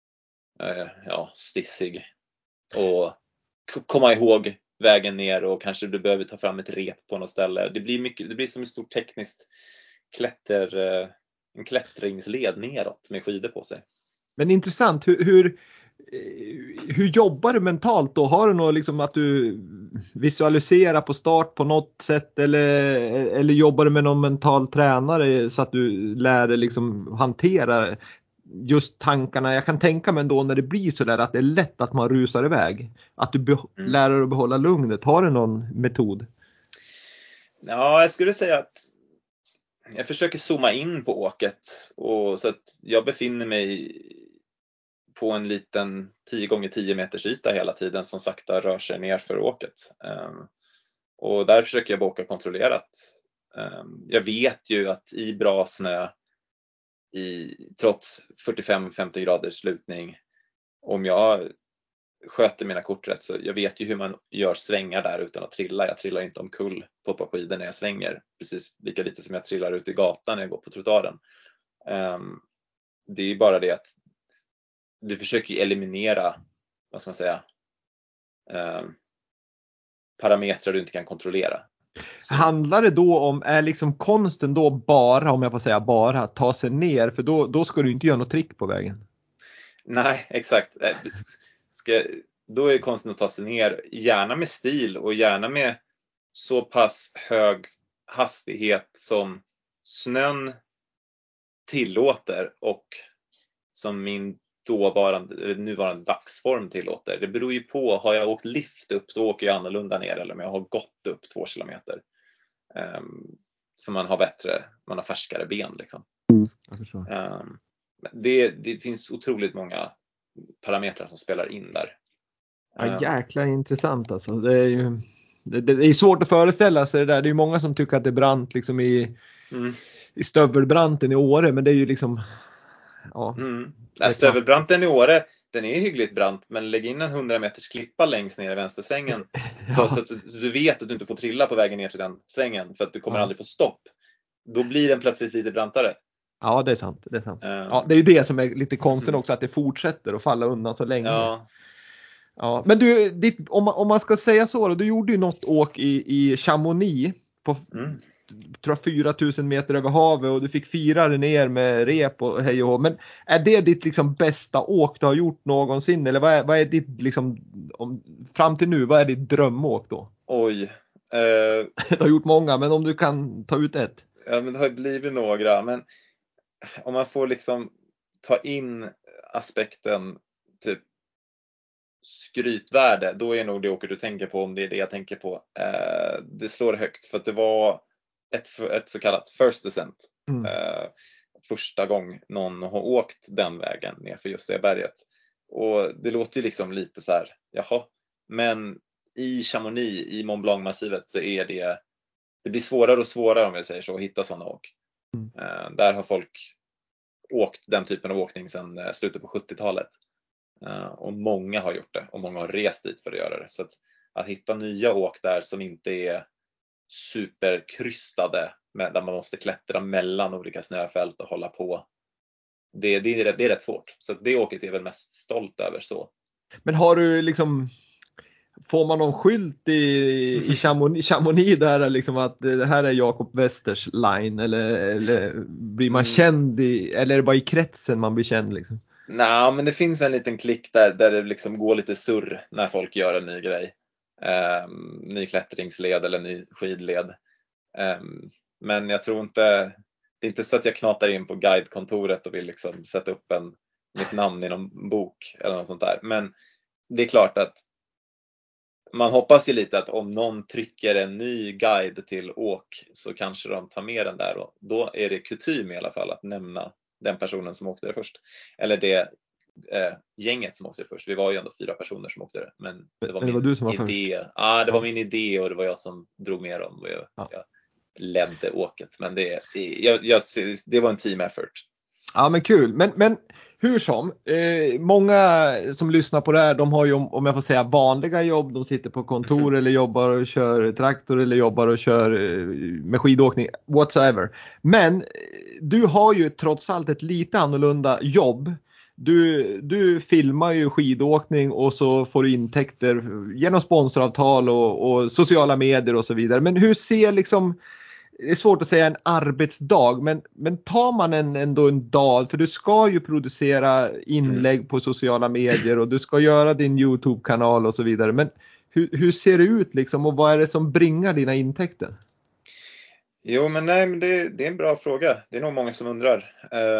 stissig och komma ihåg vägen ner, och kanske du behöver ta fram ett rep på något ställe. Det blir som en stor tekniskt en klättringsled neråt med skidor på sig. Men intressant, hur jobbar du mentalt då? Har du något liksom att du visualiserar på start på något sätt, eller jobbar du med någon mental tränare så att du lär dig liksom hantera just tankarna? Jag kan tänka mig ändå när det blir så där att det är lätt att man rusar iväg, att du lär dig att behålla lugnet. Har du någon metod? Ja, jag skulle säga att jag försöker zooma in på åket, och så att jag befinner mig på en liten 10x10 meters yta hela tiden som sakta rör sig ner för åket. Och där försöker jag åka kontrollerat. Jag vet ju att i bra snö, trots 45-50 graders slutning, om jag sköter mina kort rätt, så jag vet ju hur man gör svängar där utan att trilla. Jag trillar inte omkull på ett par skidor när jag svänger, precis lika lite som jag trillar ut i gatan när jag går på trottoaren. Det är bara det att du försöker eliminera, vad ska man säga, parametrar du inte kan kontrollera. Handlar det då om, är liksom konsten då bara, om jag får säga bara, ta sig ner, för då ska du inte göra något trick på vägen? Nej, exakt. Då är konsten att ta sig ner, gärna med stil och gärna med så pass hög hastighet som snön tillåter och som min nuvarande dagsform tillåter. Det beror ju på, har jag åkt lift upp så åker jag annorlunda ner, eller om jag har gått upp 2 kilometer. För man har färskare ben liksom. Jag förstår. Det finns otroligt många parametrar som spelar in där. Ja, jäkla intressant alltså. Det är ju det är svårt att föreställa sig det där. Det är ju många som tycker att det är brant liksom i Stövelbranten i Åre, men det är ju liksom Stövelbranten i Åre, den är hyggligt brant, men lägg in en 100 meters klippa längst ner i vänstersvängen så att du vet att du inte får trilla på vägen ner till den svängen för att du kommer aldrig få stopp. Då blir den plötsligt lite brantare. Ja, det är sant. Ja, det är ju det som är lite konstigt också, att det fortsätter att falla undan så länge. Ja, men du, om man ska säga så då, du gjorde ju något åk i Chamonix på tror jag 4000 meter över havet och du fick fira det ner med rep och hej och hå. Men är det ditt liksom bästa åk du har gjort någonsin? Eller vad är ditt liksom, fram till nu, vad är ditt drömåk då? Oj. Du har gjort många, men om du kan ta ut ett. Ja, men det har blivit några. Men om man får liksom ta in aspekten typ skrytvärde, då är nog det åket du tänker på, om det är det jag tänker på. Det slår högt för att det var ett så kallat first descent. Första gång någon har åkt den vägen ner för just det berget. Och det låter ju liksom lite så här, jaha. Men i Chamonix, i Mont Blanc-massivet, så är det blir svårare och svårare, om jag säger så, att hitta sådana åk. Där har folk åkt den typen av åkning sedan slutet på 70-talet. Och många har gjort det och många har rest dit för att göra det. Så att hitta nya åk där som inte är superkrystade, där man måste klättra mellan olika snöfält och hålla på, det är rätt svårt. Så det åket är väl mest stolt över så. Men har du liksom, får man någon skylt i Chamonix där liksom att det här är Jakob Westers line, eller blir man känd eller är det bara i kretsen man blir känd liksom? Nej, men det finns en liten klick där det liksom går lite surr när folk gör en ny grej. Ny klättringsled eller ny skidled. Men jag tror inte, det är inte så att jag knatar in på guidekontoret och vill liksom sätta upp mitt namn i någon bok eller något sånt där. Men det är klart att man hoppas ju lite att om någon trycker en ny guide till åk så kanske de tar med den där, och då är det kutym i alla fall att nämna den personen som åkte det först. Eller det gänget som åkte det först. Vi var ju ändå 4 personer som åkte det. Men det var du som var idé. Först. Ja, det var min idé och det var jag som drog med dem. Och jag ledde åket. Men det var en team effort. Ja, men kul. Men hur som, många som lyssnar på det här, de har ju, om jag får säga, vanliga jobb. De sitter på kontor eller jobbar och kör traktor eller jobbar och kör med skidåkning, whatsoever. Men du har ju trots allt ett lite annorlunda jobb. Du filmar ju skidåkning och så får du intäkter genom sponsoravtal och sociala medier och så vidare. Men hur ser liksom, det är svårt att säga en arbetsdag, men tar man ändå en dag, för du ska ju producera inlägg på sociala medier och du ska göra din YouTube-kanal och så vidare. Men hur ser det ut liksom, och vad är det som bringar dina intäkter? Jo, men det är en bra fråga. Det är nog många som undrar.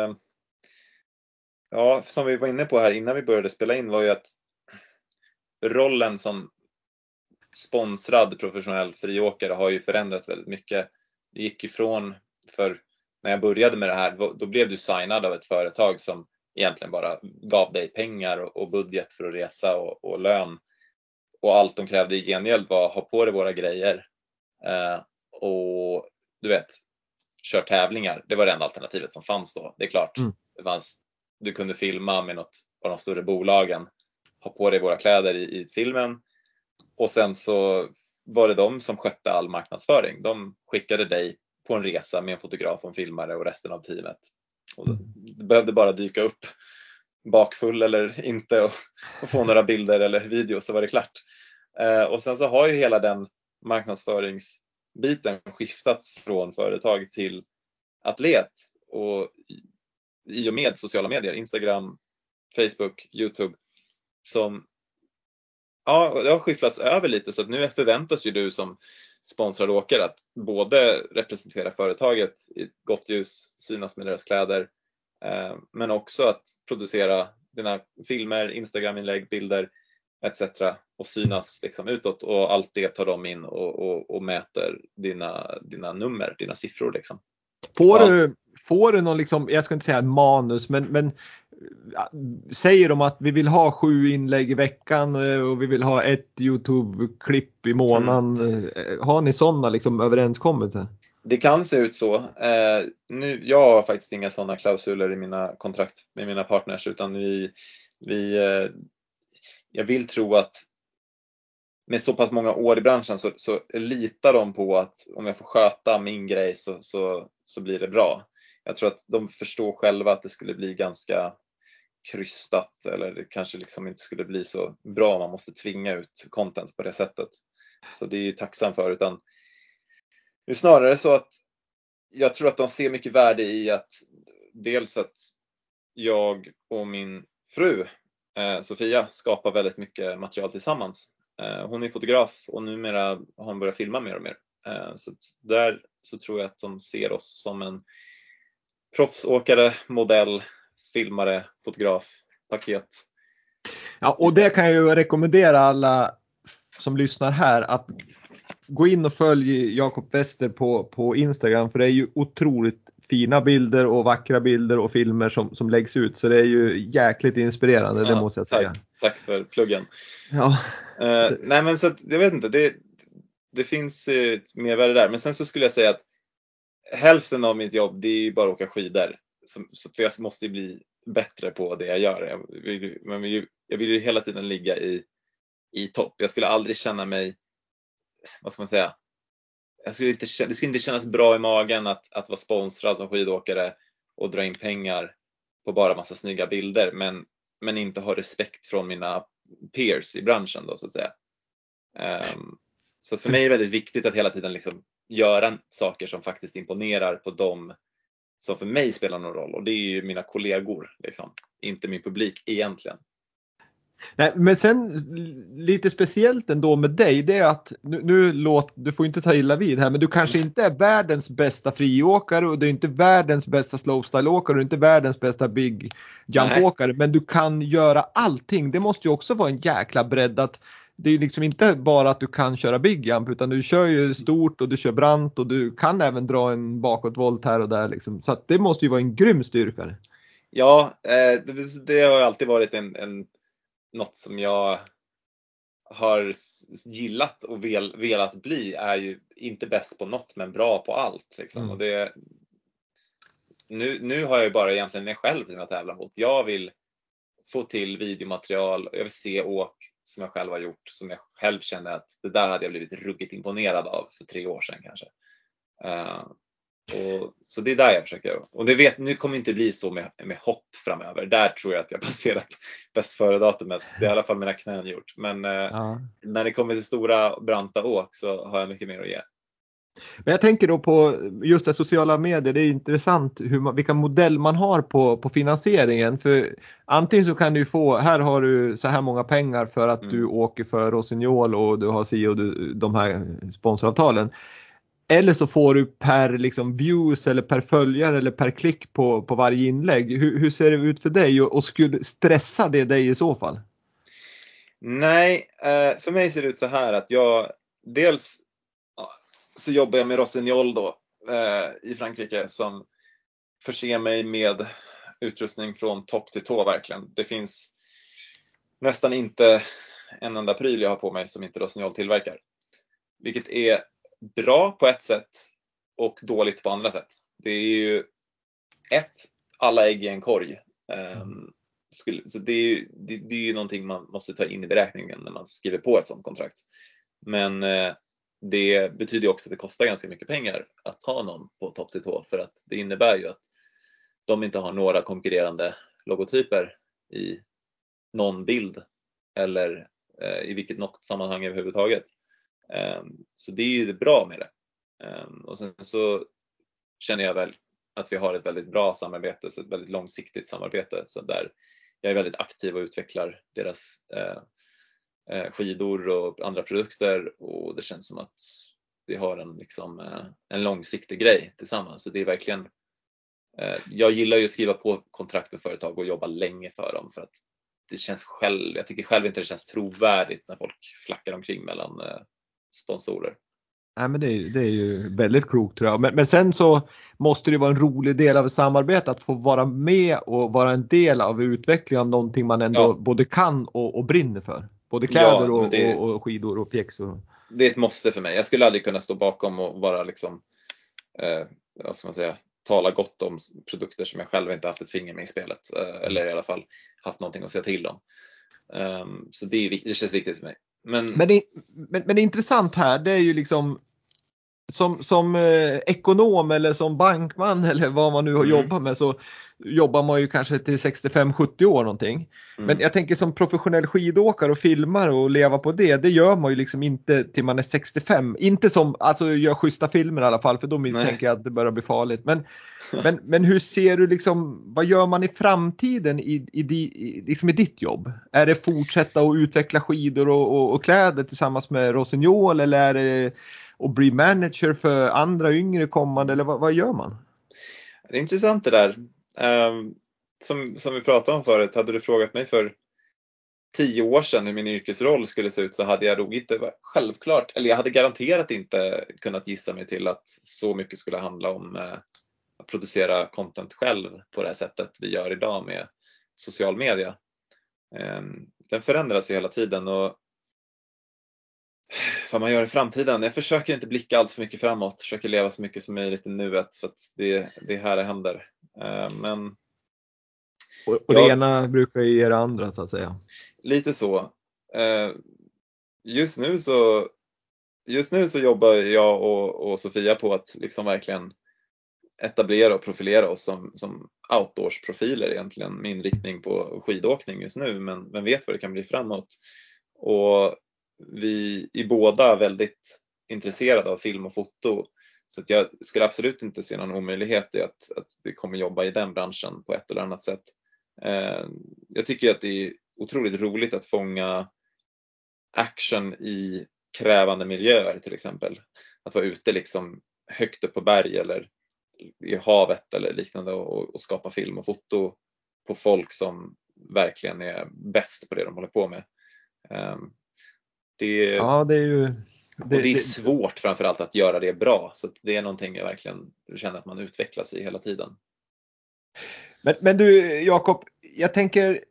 Ja, som vi var inne på här innan vi började spela in, var ju att rollen som sponsrad professionell friåkare har ju förändrats väldigt mycket. Det gick ifrån, för när jag började med det här, då blev du signad av ett företag som egentligen bara gav dig pengar och budget för att resa och lön. Och allt de krävde i gengäld var ha på dig våra grejer och du vet, kör tävlingar. Det var det enda alternativet som fanns då. Det är klart, du kunde filma med något av de större bolagen, ha på dig våra kläder i filmen, och sen så var det de som skötte all marknadsföring. De skickade dig på en resa med en fotograf och en filmare och resten av teamet. Och det behövde bara dyka upp bakfull eller inte och få några bilder eller video, så var det klart. Och sen så har ju hela den marknadsföringsbiten skiftats från företag till atlet, och i och med sociala medier, Instagram, Facebook, YouTube, som det har skifflats över lite, så att nu förväntas ju du som sponsrad åkare att både representera företaget i gott ljus, synas med deras kläder, men också att producera dina filmer, Instagram-inlägg, bilder etc. och synas liksom utåt, och allt det tar de in och mäter dina nummer, dina siffror liksom. Får du någon liksom, jag ska inte säga manus, men säger de att vi vill ha 7 inlägg i veckan och vi vill ha ett YouTube-klipp i månaden. Har ni sådana liksom överenskommelser? Det kan se ut så. Jag har faktiskt inga sådana klausuler i mina kontrakt med mina partners, utan jag vill tro att med så pass många år i branschen så litar de på att om jag får sköta min grej så blir det bra. Jag tror att de förstår själva att det skulle bli ganska krystat, eller det kanske liksom inte skulle bli så bra om man måste tvinga ut content på det sättet. Så det är ju tacksam för, utan det är snarare så att jag tror att de ser mycket värde i att dels att jag och min fru Sofia skapar väldigt mycket material tillsammans. Hon är fotograf och numera har hon börjat filma mer och mer. Så där så tror jag att de ser oss som en proffsåkare, modell, filmare, fotograf, paket. Ja, och det kan jag ju rekommendera alla som lyssnar här att gå in och följ Jakob Wester på Instagram, för det är ju otroligt fina bilder och vackra bilder och filmer som läggs ut, så det är ju jäkligt inspirerande, det måste jag säga. Tack för pluggen. Ja. Nej, men så att, jag vet inte, det finns ett mervärde där, men sen så skulle jag säga att hälften av mitt jobb, det är ju bara att åka skidor, för jag måste ju bli bättre på det jag gör. Jag vill ju hela tiden ligga i topp. Jag skulle aldrig känna mig, vad ska man säga, det skulle inte kännas bra i magen att vara sponsrad som skidåkare och dra in pengar på bara massa snygga bilder, men inte ha respekt från mina peers i branschen då, så att säga. Så för mig är det väldigt viktigt att hela tiden liksom göra saker som faktiskt imponerar på dem som för mig spelar någon roll, och det är ju mina kollegor liksom, inte min publik egentligen. Nej, men sen lite speciellt ändå med dig, det är att du får inte ta illa vid här, men du kanske inte är världens bästa friåkare och du är inte världens bästa slopestyleåkare och du är inte världens bästa big jumpåkare, men du kan göra allting. Det måste ju också vara en jäkla bredd, att det är liksom inte bara att du kan köra big jump, utan du kör ju stort och du kör brant och du kan även dra en bakåtvolt här och där liksom. Så att det måste ju vara en grym styrka. Ja, det har alltid varit något som jag har gillat och velat bli, är ju inte bäst på något men bra på allt liksom. Och nu har jag ju bara egentligen mig själv som jag tävlar mot. Jag vill få till videomaterial, jag vill se åk som jag själv har gjort, som jag själv känner att det där hade jag blivit ruggigt imponerad av för 3 år sedan kanske. Och så det är där jag försöker. Och nu kommer det inte bli så med hopp framöver. Där tror jag att jag passerat bäst före datumet. Det är i alla fall mina knän gjort. Men när det kommer till stora branta åk så har jag mycket mer att ge. Men jag tänker då på just det sociala medier. Det är intressant vilka modell man har på finansieringen. För antingen så kan du få, här har du så här många pengar för att du åker för Rossignol och du har och de här sponsoravtalen. Eller så får du per liksom views eller per följare eller per klick på varje inlägg. Hur ser det ut för dig, och skulle stressa det dig i så fall? Nej, för mig ser det ut så här att jag dels så jobbar jag med Rossignol då i Frankrike, som förser mig med utrustning från topp till tå verkligen. Det finns nästan inte en enda pryl jag har på mig som inte Rossignol tillverkar. Vilket är bra på ett sätt och dåligt på andra sätt. Det är ju alla ägg i en korg. Så det är ju någonting man måste ta in i beräkningen när man skriver på ett sådant kontrakt. Men det betyder också att det kostar ganska mycket pengar att ha någon på topp till tå, för att det innebär ju att de inte har några konkurrerande logotyper i någon bild eller i något sammanhang överhuvudtaget. Så det är ju bra med det. Och sen så känner jag väl att vi har ett väldigt bra samarbete, så ett väldigt långsiktigt samarbete, så där jag är väldigt aktiv och utvecklar deras skidor och andra produkter, och det känns som att vi har en långsiktig grej tillsammans. Så det är verkligen, jag gillar ju att skriva på kontrakt med företag och jobba länge för dem, för att det känns jag tycker själv inte det känns trovärdigt när folk flackar omkring mellan sponsorer. Nej, men det är ju väldigt klokt, tror jag. Men sen så måste det vara en rolig del av samarbetet att få vara med och vara en del av utvecklingen av någonting man ändå både kan och brinner för. Både kläder och skidor och pjäxor. Det är ett måste för mig. Jag skulle aldrig kunna stå bakom och vara liksom, vad ska man säga, tala gott om produkter som jag själv inte haft ett finger med i spelet. Eller i alla fall haft någonting att säga till om. Så det känns viktigt för mig. Men det intressant här, det är ju liksom som ekonom eller som bankman eller vad man nu har jobbat med, så jobbar man ju kanske till 65-70 år någonting. Men jag tänker som professionell skidåkare och filmare och leva på det gör man ju liksom inte till man är 65. Inte som, alltså gör schyssta filmer i alla fall, för då misstänker jag att det börjar bli farligt. Men hur ser du liksom, vad gör man i framtiden i ditt jobb? Är det fortsätta att utveckla skidor och kläder tillsammans med Rossignol, eller är det att bli manager för andra yngre kommande, eller vad gör man? Det är intressant det där. Som vi pratade om förut, hade du frågat mig för 10 år sedan hur min yrkesroll skulle se ut, så hade jag nog inte självklart, eller jag hade garanterat inte kunnat gissa mig till att så mycket skulle handla om att producera content själv på det här sättet vi gör idag med social media. Den förändras ju hela tiden, och vad man gör i framtiden, jag försöker inte blicka allt för mycket framåt, försöker leva så mycket som möjligt i nuet, för att det är här det händer. Men och det ena brukar ju ge det andra, så att säga. Lite så. Just nu så jobbar jag och Sofia på att liksom verkligen etablera och profilera oss som outdoors-profiler egentligen, med inriktning på skidåkning just nu, men vet vad det kan bli framåt. Och vi är båda väldigt intresserade av film och foto, så att jag skulle absolut inte se någon omöjlighet i att vi kommer jobba i den branschen på ett eller annat sätt. Jag tycker att det är otroligt roligt att fånga action i krävande miljöer, till exempel. Att vara ute liksom högt upp på berg eller i havet eller liknande och skapa film och foto på folk som verkligen är bäst på det de håller på med. Det är svårt framförallt att göra det bra, så att det är någonting jag verkligen känner att man utvecklas i hela tiden. Men du, Jakob, jag tänker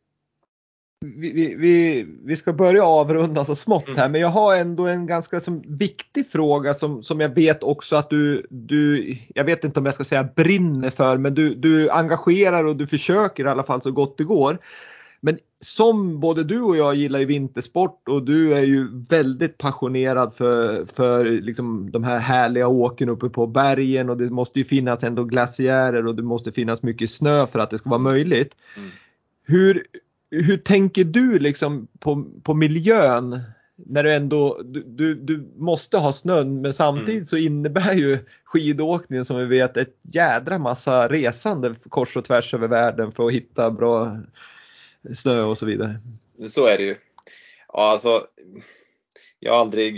vi ska börja avrunda så smått här, men jag har ändå en ganska viktig fråga som jag vet också att du jag vet inte om jag ska säga brinner för, men du engagerar och du försöker i alla fall så gott det går. Men som både du och jag gillar ju vintersport, och du är ju väldigt passionerad för liksom de här härliga åken uppe på bergen, och det måste ju finnas ändå glaciärer och det måste finnas mycket snö för att det ska vara möjligt. Hur tänker du liksom på miljön när du ändå du måste ha snön, men samtidigt så innebär ju skidåkningen, som vi vet, ett jädra massa resande kors och tvärs över världen för att hitta bra snö och så vidare. Så är det ju. Ja, alltså jag har aldrig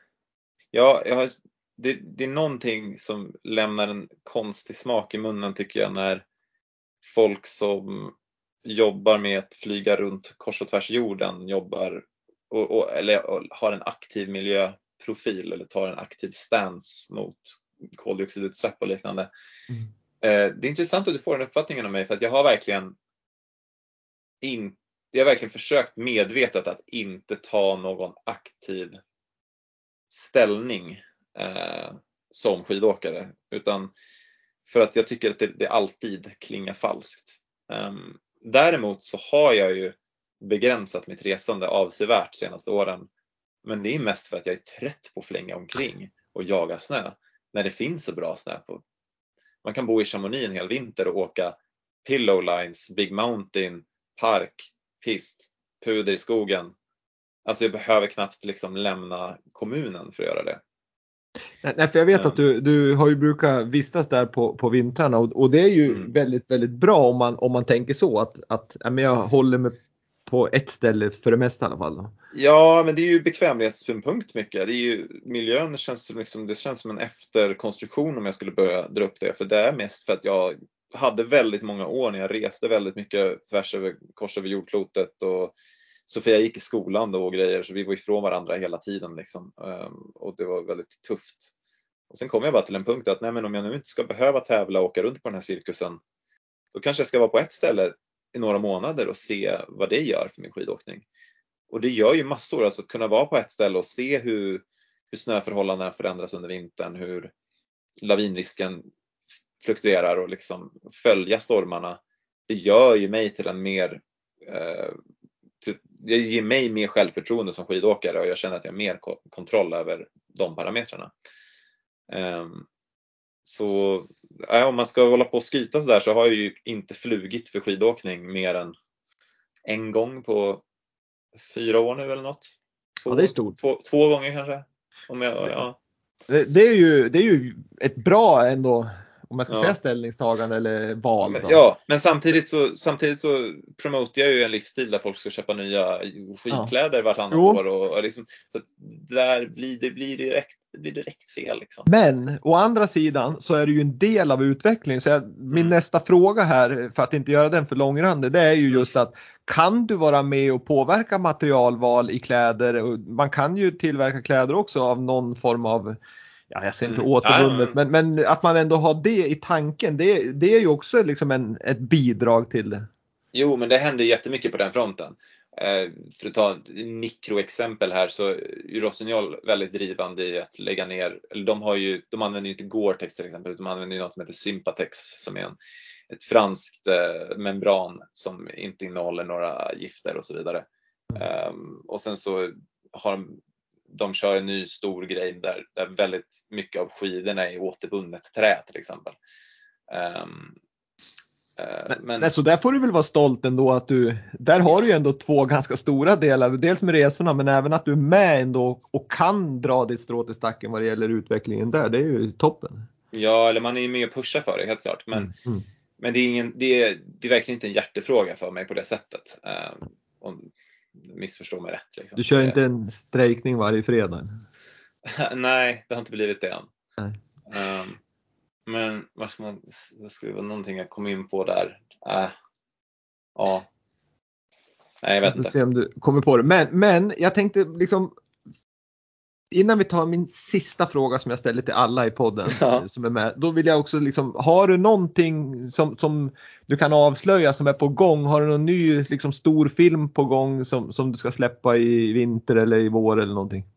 det är någonting som lämnar en konstig smak i munnen, tycker jag, när folk som jobbar med att flyga runt kors och tvärs jorden jobbar eller har en aktiv miljöprofil eller tar en aktiv stance mot koldioxidutsläpp och liknande. Det är intressant att du får den uppfattningen av mig, för att jag har verkligen försökt medvetet att inte ta någon aktiv ställning som skidåkare, utan för att jag tycker att det alltid klingar falskt. Däremot så har jag ju begränsat mitt resande avsevärt senaste åren, men det är mest för att jag är trött på att flänga omkring och jaga snö när det finns så bra snö på. Man kan bo i Chamonix en hel vinter och åka pillow lines, Big Mountain, park, pist, puder i skogen. Alltså jag behöver knappt liksom lämna kommunen för att göra det. Nej, för jag vet att du har ju brukat vistas där på vintrarna, och det är ju väldigt, väldigt bra om man tänker så att jag håller mig på ett ställe för det mesta i alla fall. Ja, men det är ju bekvämlighetspunkt mycket. Det är ju, miljön känns liksom, det känns som en efterkonstruktion om jag skulle börja dra upp det, för det är mest för att jag hade väldigt många år när jag reste väldigt mycket kors över jordklotet och Sofia gick i skolan då och grejer, så vi var ifrån varandra hela tiden liksom. Och det var väldigt tufft. Och sen kom jag bara till en punkt att nej, men om jag nu inte ska behöva tävla och åka runt på den här cirkusen, då kanske jag ska vara på ett ställe i några månader och se vad det gör för min skidåkning. Och det gör ju massor, alltså att kunna vara på ett ställe och se hur snöförhållandena förändras under vintern, hur lavinrisken fluktuerar och liksom följa stormarna. Det gör ju mig till en mer det ger mig mer självförtroende som skidåkare, och jag känner att jag har mer kontroll över de parametrarna. Så om man ska hålla på och skryta så där, så har jag ju inte flugit för skidåkning mer än en gång på 4 år nu eller något. Ja, det är stort. Två gånger kanske. Det är ju ett bra ändå, om man ska säga ställningstagande eller val då. Ja, men samtidigt så promotar jag ju en livsstil där folk ska köpa nya skidkläder vartannat år och liksom, så att där blir direkt fel liksom. Men å andra sidan så är det ju en del av utvecklingen, så min nästa fråga här, för att inte göra den för långrandig, det är ju just att kan du vara med och påverka materialval i kläder? Man kan ju tillverka kläder också av någon form av, jag säger inte återvunnet, men att man ändå har det i tanken, det är ju också liksom ett bidrag till det. Jo, men det händer jättemycket på den fronten. För att ta ett mikroexempel här, så är Rossignol väldigt drivande i att lägga ner, eller de använder ju inte Gore-Tex till exempel, de använder ju något som heter Sympatex, som är ett franskt membran som inte innehåller några gifter och så vidare. Och sen så har de kör en ny stor grej där väldigt mycket av skidorna är återbundet trä till exempel. Men så där får du väl vara stolt ändå, att där har du ju ändå 2 ganska stora delar, dels med resorna men även att du är med ändå och kan dra ditt strå till stacken vad det gäller utvecklingen där. Det är ju toppen. Ja, eller man är ju med och pushar för det, helt klart. Men det är verkligen inte en hjärtefråga för mig på det sättet. Om missförstå mig rätt liksom. Du kör inte en strejkning varje fredag? Nej, det har inte blivit det än. Nej. Men vad ska man skriva, någonting jag kom in på där? Ja. Nej, jag vet inte. Se om du kommer på det. Men jag tänkte liksom, innan vi tar min sista fråga som jag ställer till alla i podden som är med, då vill jag också liksom, har du någonting som du kan avslöja som är på gång? Har du någon ny liksom stor film på gång som du ska släppa i vinter eller i vår eller någonting?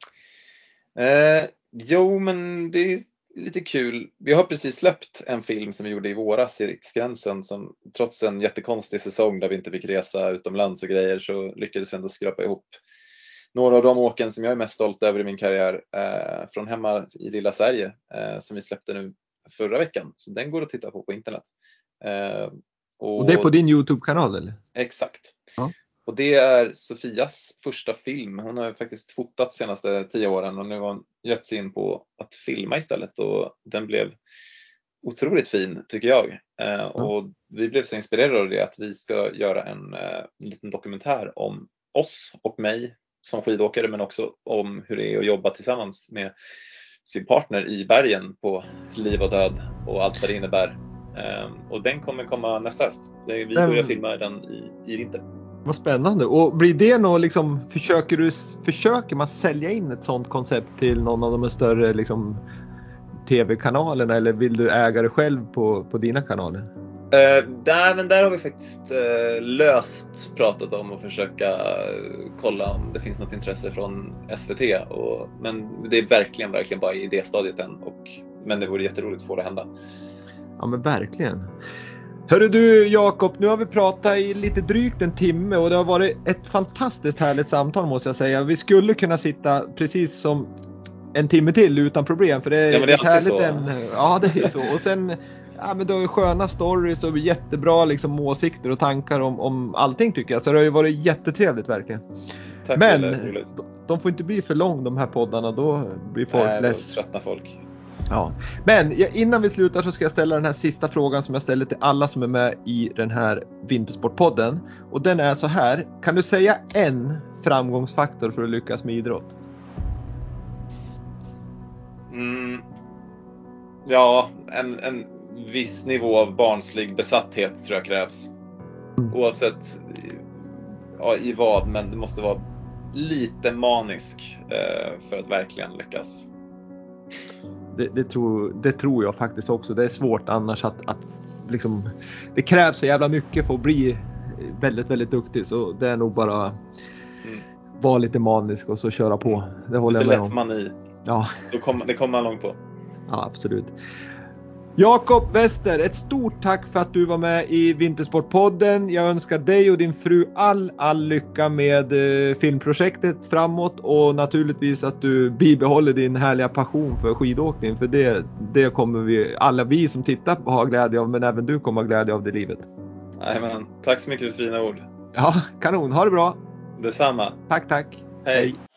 Jo, men det är lite kul. Vi har precis släppt en film som vi gjorde i våras i Riksgränsen, som trots en jättekonstig säsong där vi inte fick resa utomlands och grejer, så lyckades vi ändå skrapa ihop några av de åken som jag är mest stolt över i min karriär från hemma i lilla Sverige, som vi släppte nu förra veckan. Så den går att titta på internet. Och det är på din YouTube-kanal eller? Exakt. Ja. Och det är Sofias första film. Hon har faktiskt fotat de senaste 10 åren och nu har hon gett sig in på att filma istället. Och den blev otroligt fin tycker jag. Och vi blev så inspirerade av det att vi ska göra en liten dokumentär om oss och mig som skidåkare, men också om hur det är att jobba tillsammans med sin partner i bergen på liv och död och allt vad det innebär. Och den kommer komma nästa höst. Vi börjar filma den i vinter. Vad spännande. Och blir det något liksom, försöker man sälja in ett sånt koncept till någon av de större liksom tv-kanalerna, eller vill du äga det själv på dina kanaler? Där har vi faktiskt löst pratat om att försöka kolla om det finns något intresse från SVT, men det är verkligen bara i idéstadiet än, men det vore jätteroligt att få det hända. Ja, men verkligen. Hörru du Jakob, nu har vi pratat i lite drygt en timme och det har varit ett fantastiskt härligt samtal måste jag säga. Vi skulle kunna sitta precis som en timme till utan problem, för det är, men det är härligt. Ja, det är så. Och sen men det är ju sköna stories och jättebra liksom åsikter och tankar om allting tycker jag. Så det har ju varit jättetrevligt verkligen. Tack. Men de får inte bli för lång de här poddarna, då blir folk less. Då tröttnar folk. Ja. Men innan vi slutar så ska jag ställa den här sista frågan som jag ställer till alla som är med i den här Vintersportpodden. Och den är så här: kan du säga en framgångsfaktor för att lyckas med idrott? Ja, en viss nivå av barnslig besatthet tror jag krävs. Oavsett ja, i vad, men det måste vara lite manisk för att verkligen lyckas. Det tror jag faktiskt också. Det är svårt annars att liksom, det krävs så jävla mycket för att bli väldigt, väldigt duktig. Så det är nog bara vara lite manisk och så köra på. Det håller jag med om. Lite lätt mani. Ja. Det kommer man långt på. Ja, absolut. Jakob Wester, ett stort tack för att du var med i Vintersportpodden. Jag önskar dig och din fru all lycka med filmprojektet framåt och naturligtvis att du bibehåller din härliga passion för skidåkning, för det kommer alla vi som tittar på ha glädje av, men även du kommer ha glädje av det livet. Jajamän, tack så mycket för fina ord. Ja, kanon. Ha det bra. Detsamma. Tack. Hej.